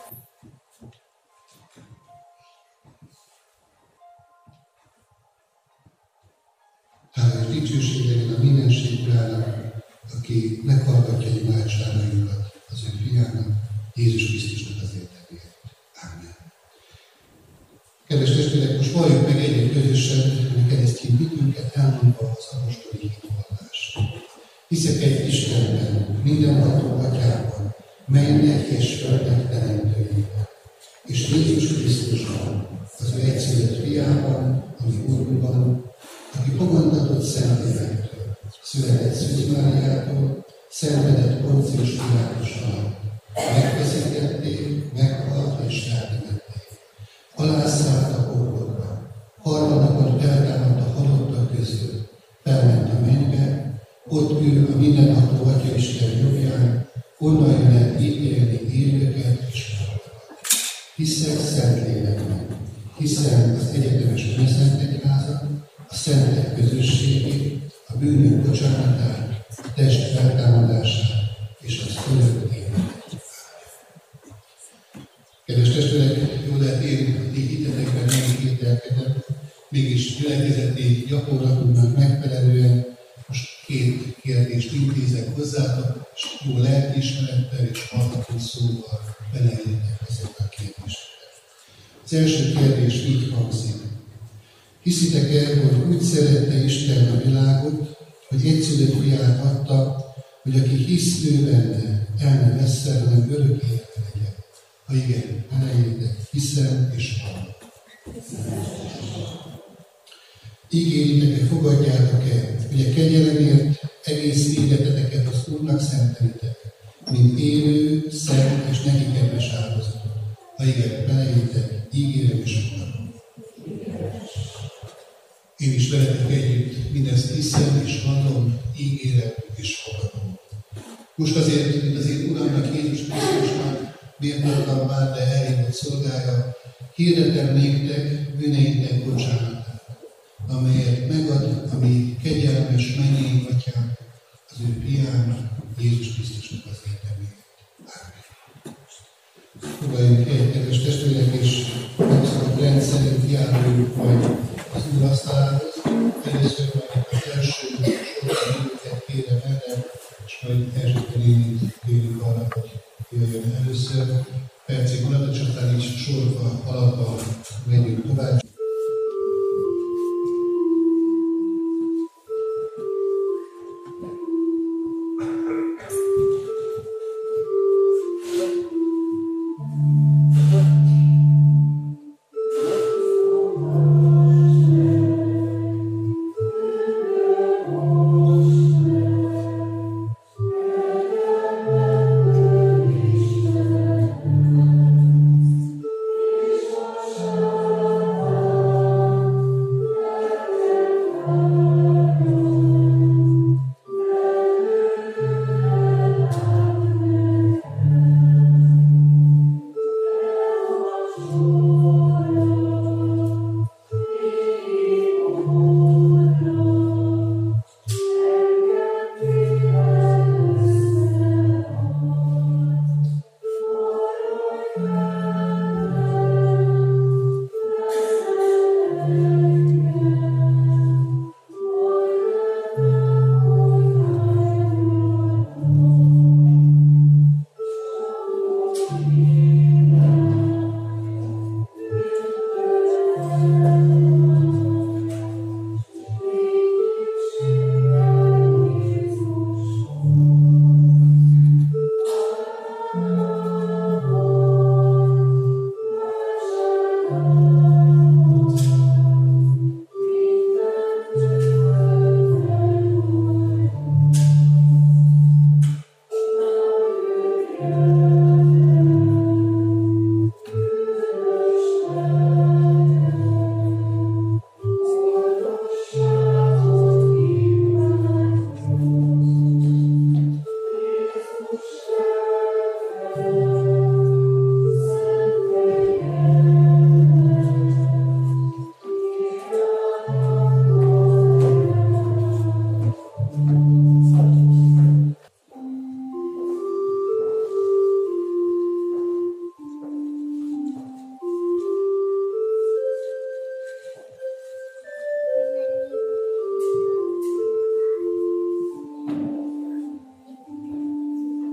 Hála és dicsőség legyen a mindenség Urának, aki meghallgatja imádságainkat az ő fiának, Jézus Krisztusnak az értelmét. Amen. Kedves testvérek, most valljuk meg együtt közösen a keresztény hitünket, elmondva az apostoli hitvallást. Hiszek egy Istenben, mindenható Atyában, mennek és földnek teremtőjében, és Jézus Krisztusban, az ő egyszülött fiában, ami Úrunkban, aki fogantatott Szentlélekről, született Szűz Máriától, szenvedett Poncius Pilátus alatt, megfeszítették, meghalt és feltemették. Alászállt a poklokra, harmadnapon feltámadt a halottak közül, felment a mennybe, ott ül a mindenható Atyaisten jobbján, onnan jön el ítélni élőket és halottakat. Hiszek Szentlélekben, hiszem az egyetemes Szentegyházat, a szentek közösségét, a bűnök bocsánatát, a test feltámadását és az örök életet. Kedves testvérek, jól lehet én a ti hitetekben nem kételkedem, mégis gyülekezeti gyakorlatunknak megfelelően most két kérdést intézek hozzátok, és jó lelkiismerettel és hallgató szóval beleéljetek ezekbe a kérdésekbe. Az első kérdés így hangzik. Hiszitek el, hogy úgy szerette Isten a világot, hogy egyszülött fiát adta, hogy aki hisz ő benne, el ne vesszen, hanem örök élete legyen. Ha igen, beleértek, hiszem és hallok. Ígéritek-e, fogadjátok-e, hogy a kegyelemért egész életeteket az Úrnak szentelitek, mint élő, szent és neki kedves áldozatot. Ha igen, beleértek, ígérem és fogadom. Én is veletek együtt mindezt hiszem és hallom, ígérem és fogadom. Most azért, mint az én Uramnak, Jézus Krisztusnak, méltatlan már, de elhívott szolgája, hirdetem néktek bűneitek bocsánatát, amelyet megad a mi kegyelmes mennyei Atyánk, az ő fiának, Jézus Krisztusnak az értelmét. Amen. Foglaljunk helyet, kedves testvérek, és megszokott rendszerint járuljuk majd az Úr asztalához. Először majd az első sorban őket kérem erre, és majd Erzsébet nénit kérjük arra, hogy jöjjön először. Percig maradva, csak talán is sorba haladva megyünk tovább.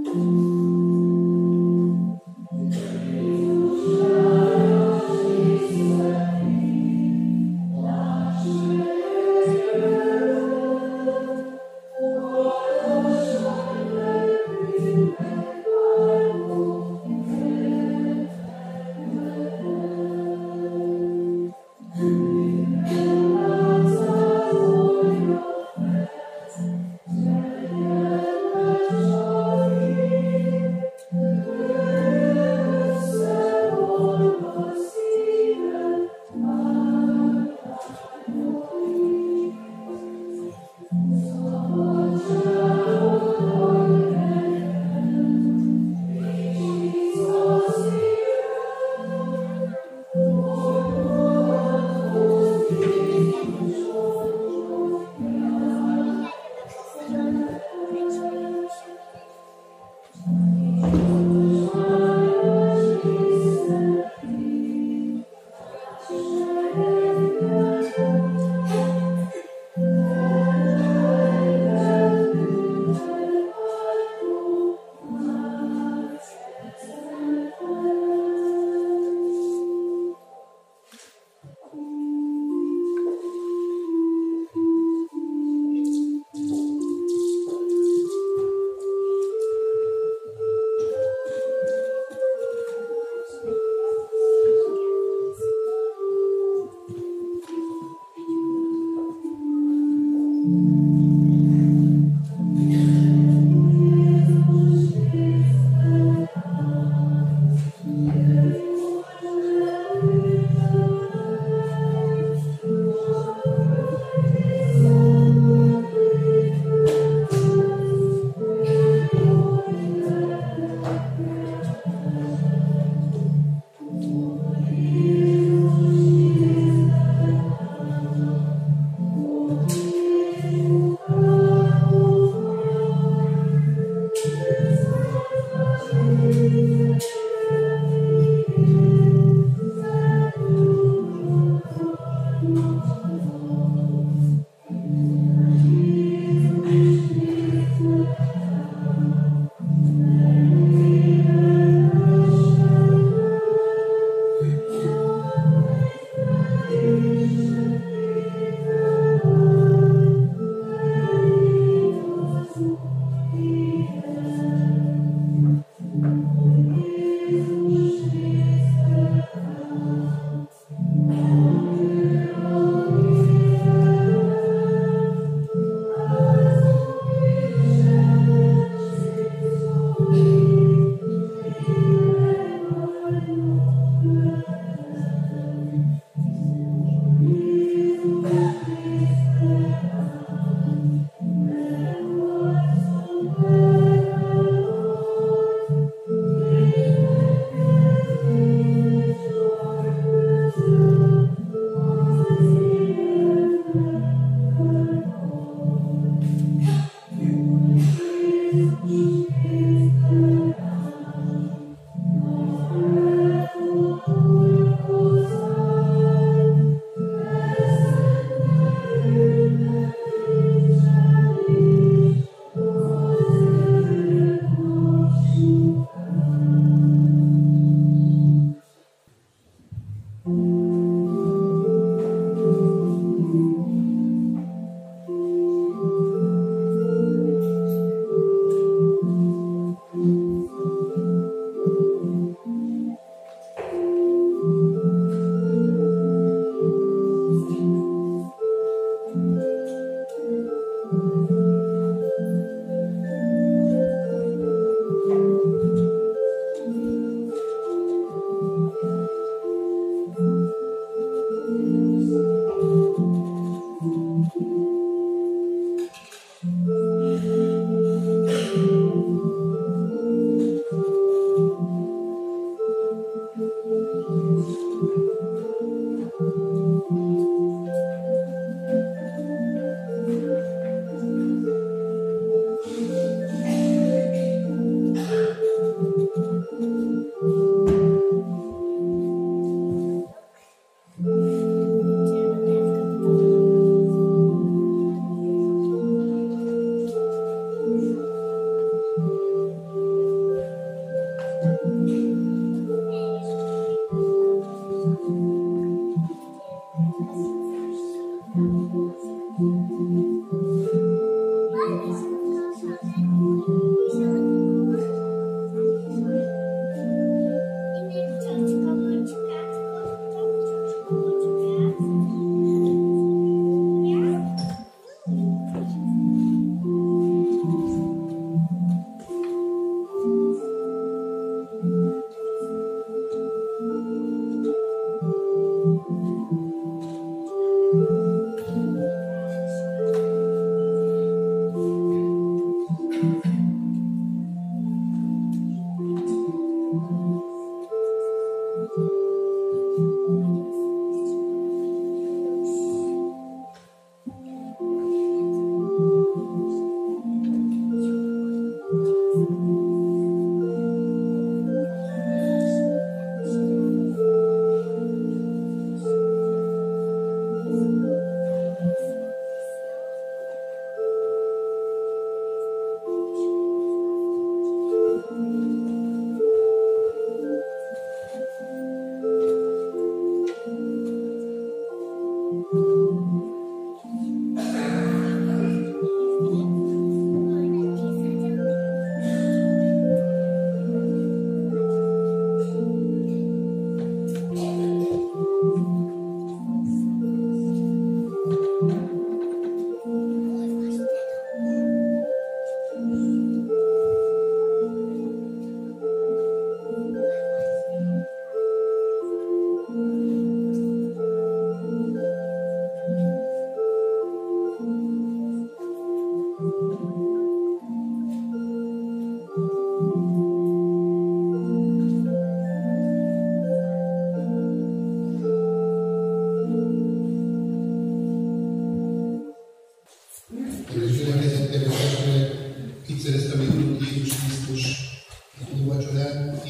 Thank you.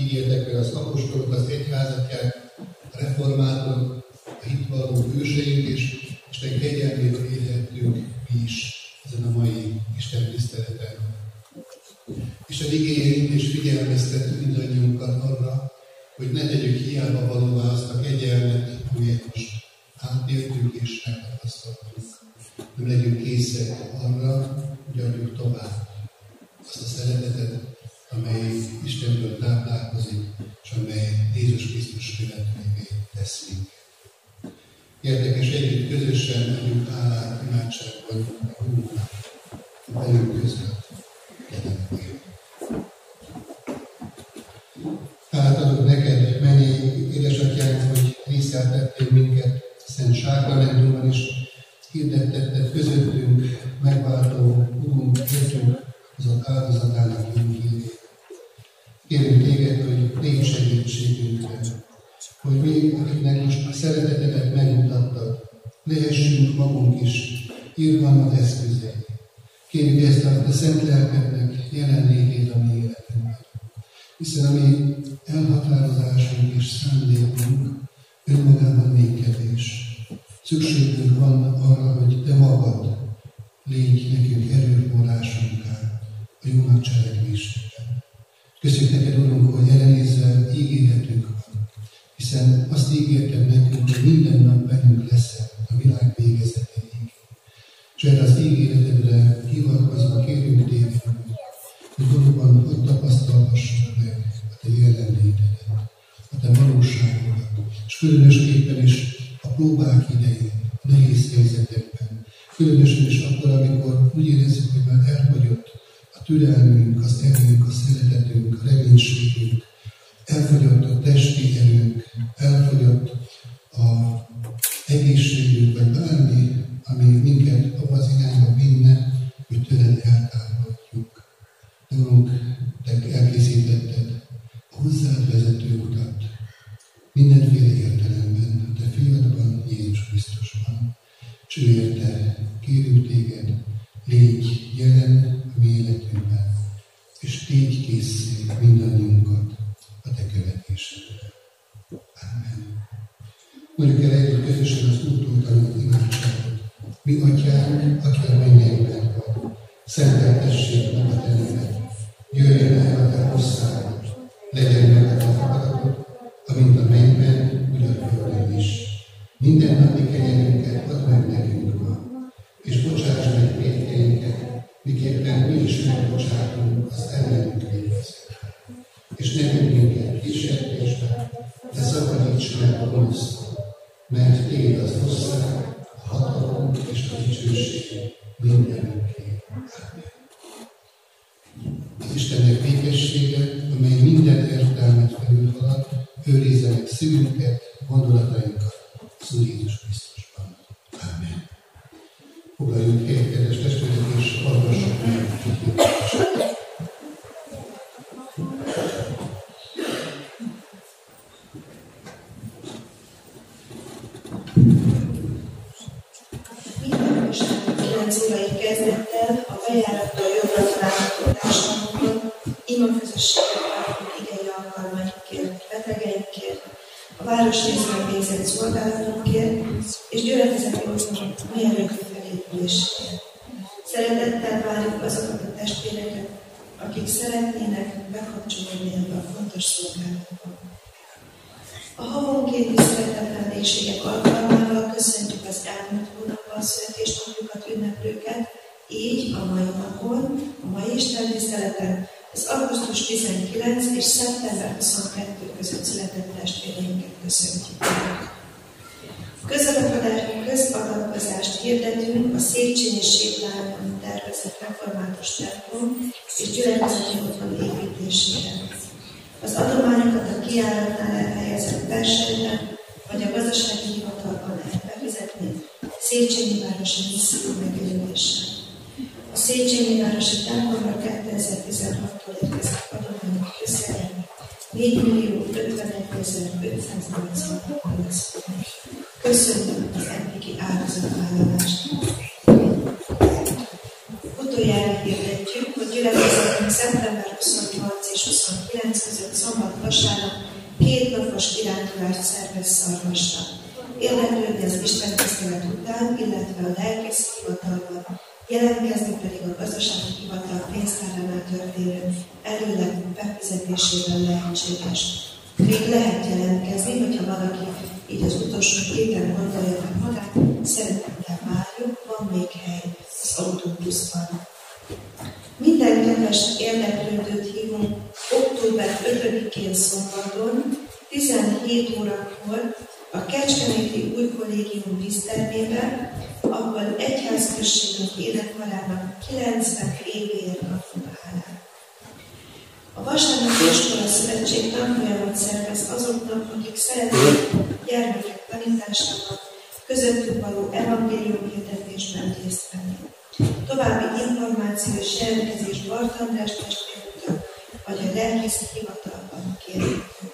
érdekre az apostolok, az egyházatják, a reformátorok, a hitvalló őseink, és Isten kegyelméből élhettünk mi is ezen a mai Isten tiszteleten. Isten igényt és figyelmeztet mindannyiunkat arra, hogy ne tegyük hiába valóvá azt a kegyelmet, amelyet most átéltünk és megtapasztaltunk. Nem legyünk készek arra, hogy adjuk tovább azt a szeretetet, amely Istenből táplálkozik, és amely Jézus Krisztus követővé tesz minket. Érdekes együtt közösen adjunk hálát imádságban a Úrnak, a velünk között. Hálát adok neked, mennyi édesatyánk, hogy részát tettél minket a Szent Sákramentumban is, hirdettetted közöttünk, megváltó Urunk, értünk azok áldozatának jó hírét. Kérünk téged, hogy légy segítségünkre, hogy mi, akiknek most a szeretetedet megmutattad, lehessünk magunk is irgalmat eszközei. Kérjük ezt a te szent lelkednek jelenlétét a mi életünkben. Hiszen a mi elhatározásunk és szándékunk önmagában még kevés. Szükségünk van arra, hogy te magad légy nekünk erőforrásunká a jónak cselekvésében. Köszönjük neked, Urunk, hogy ellenézve ígéretünk van, hiszen azt ígérted nekünk, hogy minden nap velünk leszel a világ végezetéig. És erre az ígéretedre hivatkozva kérünk téged, hogy valóban ott tapasztalhassuk meg a te jelenlétedet, a te valóságodat, és különösképpen is a próbák idején, a nehéz helyzetekben, különösen is akkor, amikor úgy érezzük, hogy már elfogyott a türelmünk, az erőnk, a szeretetünk, a reménységünk, elfogyott a testi erőnk, elfogyott az egészségünk, vagy bármi, ami minket abba az irányba vinne, hogy tőled eltávolodjuk. Urunk, te elkészítetted a hozzád vezető utat, mindenféle értelemben, a te fiadban, Jézus Krisztusban, és ő érte, kérünk téged, légy jelen a mi életünkben, és tégy készé mindannyiunkat a te követésedre. Amen. Mondjuk el együtt közösen az úttól tanult imádságot. Mi atyánk, aki a mennyekben vagy, szenteltessék meg a te neved. Jöjjön el a te országod, legyen meg a te akaratod, amint a mennyben, úgy a földön is. Minden napi kenyerünket add meg nekünk ma, és bocsáss meg vétkeinket, miképpen mi is megbocsátunk az ellenünk vétkezőknek. És ne vigy minket kísértésbe, de szabadíts meg a gonosztól, mert tiéd az ország, a hatalom és a dicsőség mindenünkké. Amen. Az Istennek békessége, amely minden értelmet felülhalad, őrizze meg szívünket, gondolatainkat az Úr Jézus Krisztusban. Amen. Foglaljunk helyet, kedves testvérek, és hallgassuk meg a hirdetést. Minden vasárnap kilenc órai kezdettel a bejárattól jobbra található társadalomban imaközösséget váltunk igei alkalmainkért, betegeinkért, a városrészben végzett szolgálatunkért és gyülekezeti otthonok mielőbbi felépüléséért. Szeretettel várjuk azokat a testvéreket, akik szeretnének bekapcsolódni ebbe a fontos szolgálatba. A havonkénti szeretetlenségek alkalmával köszöntjük az elmúlt hónapban születésnapjukat ünneplőket, így a mai napon, a mai istentiszteleten az augusztus tizenkilenc és szeptember huszonkettő között született testvéreinket köszöntjük. Közadatkozást hirdetünk a Széchenyi Séplányon tervezett református templom és gyülekezeti otthon építésére. Az adományokat a kijáratnál elhelyezett versenyben vagy a gazdasági hivatalban lehet befizetni Széchenyi városi misszió megjelöléssel. A Széchenyi városi templomra kétezer-tizenhattól érkezett adományok összege négy millió ötvenegy-ezer ötszáznyolcvannyolc forint. Köszönjük az eddigi áldozatvállalást! Utoljára hirdetjük, hogy gyülekezetünk szeptember huszonnyolcadika és huszonkilenc között szombat-vasárnap két napos kirándulást szervez Szarvasra. Érdeklődni az Isten tisztelet után, illetve a lelkész hivatalban, jelentkezni pedig a gazdasági hivatal pénztáránál történő előleg befizetésével lehetséges. Még lehet jelentkezni, hogyha valaki így az utolsó héten gondolja meg magát, szeretettel várjuk, van még hely az autóbuszban. Minden kedves érdeklődőt hívunk október ötödikén szombaton, tizenhét órakor a Kecskeméti Új Kollégium dísztermében, ahol egyházközségünk énekkarának kilencven évéért adunk hálát. A Vasárnapi Iskola Szövetség tanfolyamot szervez azoknak, akik szeretnék gyermekek tanításában, közöttük való evangéliumhirdetésben részt venni. További információ és jelentkezés Bart András testvértől, vagy a lelkészi hivatalban kérhető.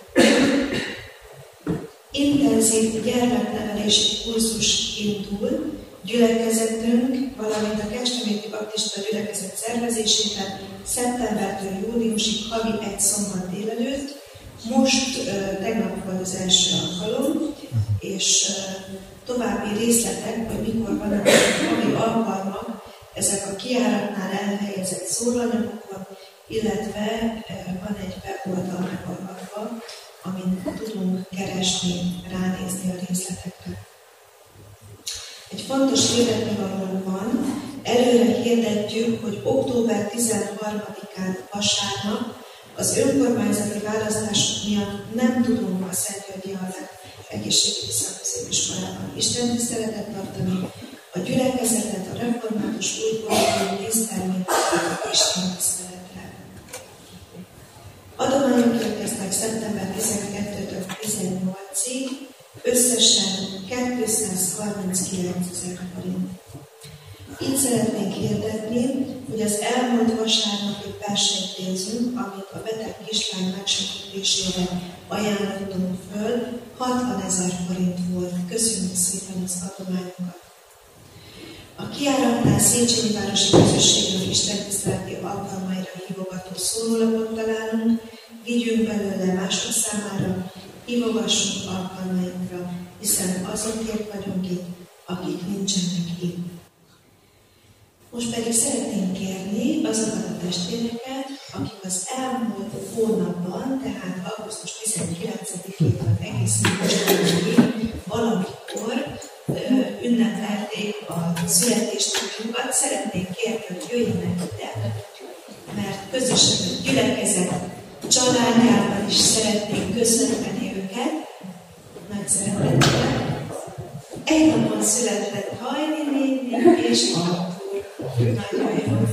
Intenzív gyermeknevelési kurzus indul gyülekezetünk, valamint a Kecskeméti Baptista Gyülekezet szervezésében szeptembertől júniusig havi egy szombat délelőtt. Most uh, tegnap volt az első alkalom, és uh, további részletek, hogy mikor vannak havi alkalmak, ezek a kijáratnál elhelyezett szórólanyagokon, illetve uh, van egy weboldal megalapva, amin tudunk keresni, ránézni a részletekre. Egy fontos hirdetnivalónk van, előre hirdetjük, hogy október tizenharmadikán vasárnap az önkormányzati választások miatt nem tudunk a Szentgyörgyi Alák egészségügyi szakközépiskolában istentiszteletet tartani, a gyülekezetet a református új kollégium dísztermét istentiszteletre. Adományok érkeztek szeptember tizenkettőtől tizennyolcig, összesen kétszázharminckilencezer forint. Így szeretnénk hirdetni, hogy az elmúlt vasárnapi persejtpénzünk, amit a beteg kislány megsegítésére ajánlottunk föl, hatvanezer forint volt. Köszönjük szépen az adományokat! A kijáratnál Széchenyi Városi Közösségünk istentiszteleti alkalmaira hívogató szórólapot találunk, vigyünk belőle mások számára, hívogassunk alkalmainkra, hiszen azokért vagyunk itt, akik nincsenek itt. Most pedig szeretném kérni azokat a testvéreket, akik az elmúlt hónapban, tehát augusztus tizenkilencedikétől egészen mostanáig valamikor ünnepelték a születésnapjukat. Szeretnék kérni, hogy jöjjenek ide, mert közösen a gyülekezet családjában is szeretnénk köszönteni őket. Nagy szeretettel. Egy napon született Hajni néni és Artúr. Nagyon jó.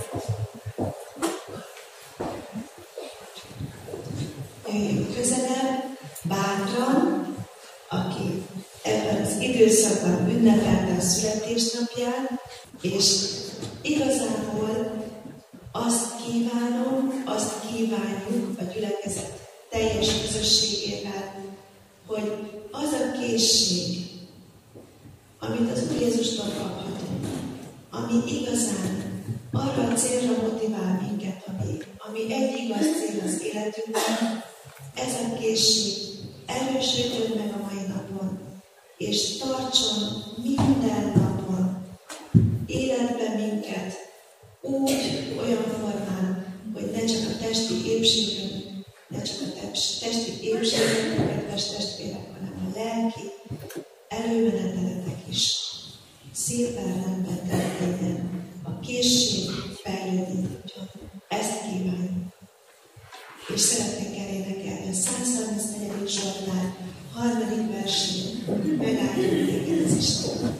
Jöjjünk közelebb, bátran, aki ebben az időszakban ünnepelte a születésnapját, és igazából azt kívánom, azt kívánjuk a gyülekezet teljes közösségével, hogy az a készség, amit az Úr Jézustól kaphatunk, ami igazán arra a célra motivál minket, ami, ami egy igaz cél az életünkben, ez a készség erősödjön meg a mai napon, és tartson minden napon életben minket úgy, olyan formán, hogy ne csak a testi épségünk, ne csak a testi épségünk, kedves testvérek, hanem a lelki előmeneteletek is szépen rendben történjen, a készség fejlődni tudjon. Ezt kívánjuk. És szeretnék elénekelni a száz harmincnegyedik Zsoltár harmadik versét, megálljuk téged az Isten.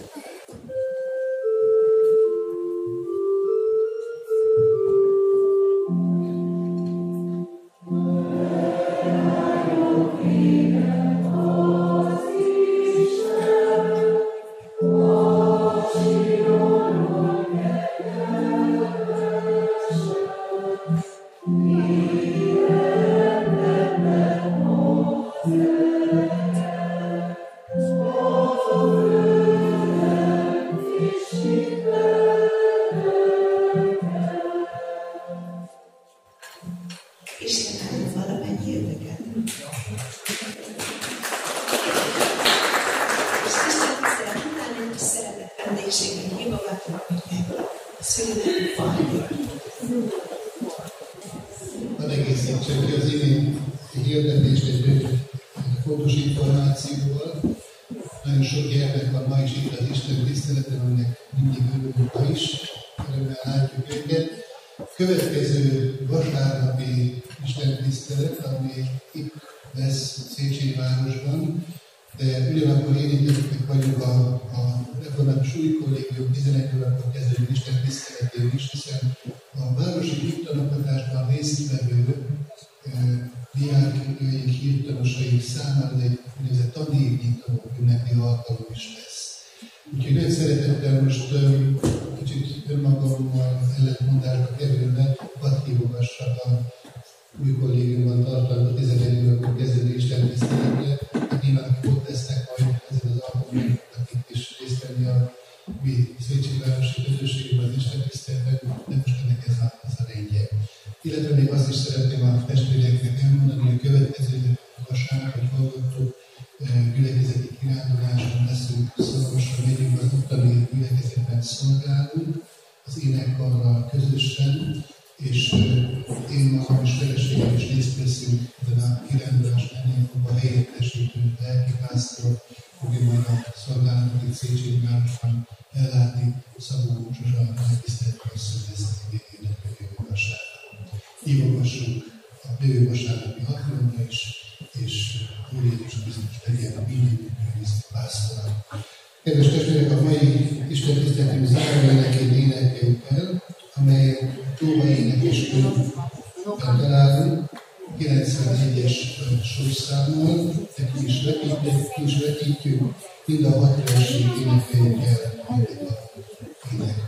Oh, Isten áldjon valamennyi övöket. És Isten tisztelet után egy kis szeretett vendégségen hívogatunk meg a szülői falra. Hadd egészítsem ki az imént hirdetést egy fontos információval. Nagyon sok gyermek van ma is itt az Isten tiszteleten, aminek mindig örülünk ma is, örömmel látjuk őket. Következő vasárnapi Isten tisztelet, ami itt lesz Széchenyi-városban, de ugyanakkor érintettek vagyunk a, a Református Új Kollégium tizenegy órakor kezdődő Isten tiszteletén is, hiszen a városi hívtanoktatásban résztvevő diákjaink, hívtanosaink számára egy úgynevezett tanévnyitó ünnepi alkalom is lesz. Úgyhogy nagy szeretettel most um, kicsit önmagammal ellentmondásba kerülve, hadd hívogassak a Új Kollégiumban tartandó tizenegy órakor kezdődő Isten tiszteletre, hát nyilván akik ott lesznek majd ezen az alkalomon, akik is részt venni a mi Széchenyi-városi közösségben az Isten tiszteletben, de most ennek ez a, ez a rendje. Illetve még azt is szeretném a testvéreknek elmondani, hogy a következő vasárnap, hogy hallgattuk, gyülekezeti kiránduláson leszünk, szorosan megyünk az ottani gyülekezetben szolgálunk, az énekkarral közösen, és én magam és feleségem is részt veszünk ezen a kiránduláson, ennél a helyettesítő lelkipásztor fogja majd a szolgálatot itt Széchenyi-városban ellátni, Szabó Zsuzsa lelkiszteletben szöveszti végének a jövő vasárnap. Hívogassunk a jövő vasárnapi alkalomra is, és Úr Jézus bizonyos legyen mindegyikről viszont pásztorán. Kedves testvérek, a mai Isten tiszteletünk záróénekét énekeljük el, amely Tóba énekeskönyvben találunk, kilencvenegyes sorszámmal, de ki is vetítjük, ki is vetítjük, mind a hat versét énekeljük el, mindig a énekben.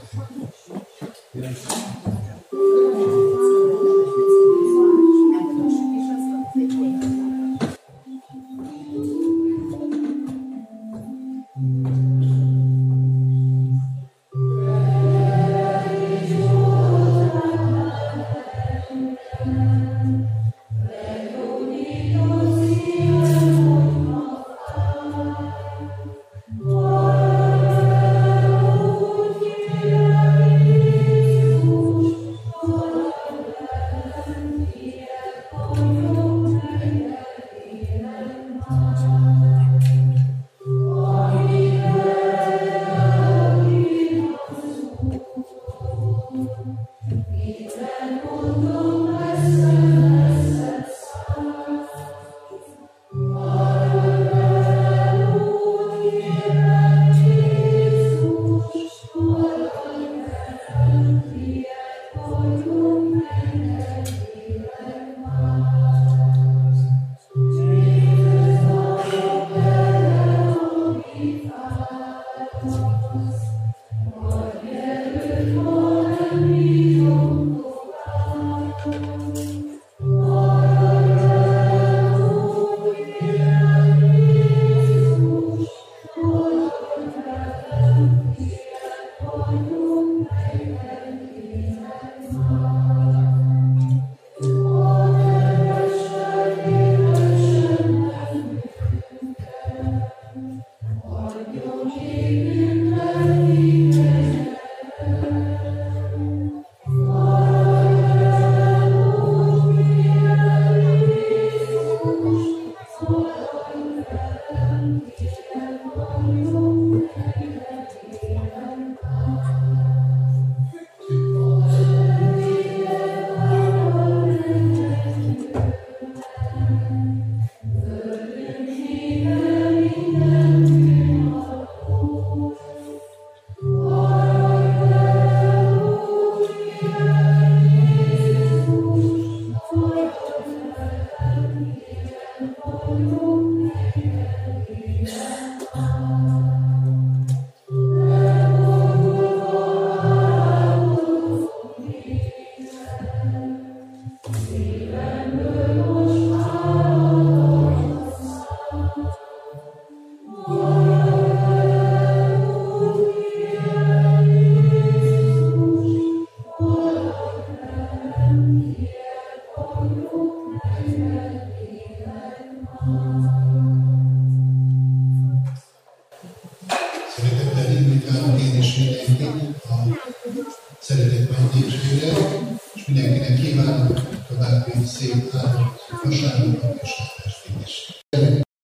Amen. Szeretettel invitálok én is mindenkit a szeretet vendégségre, és mindenkinek kívánok további szép áldott vasárnapot és estét is.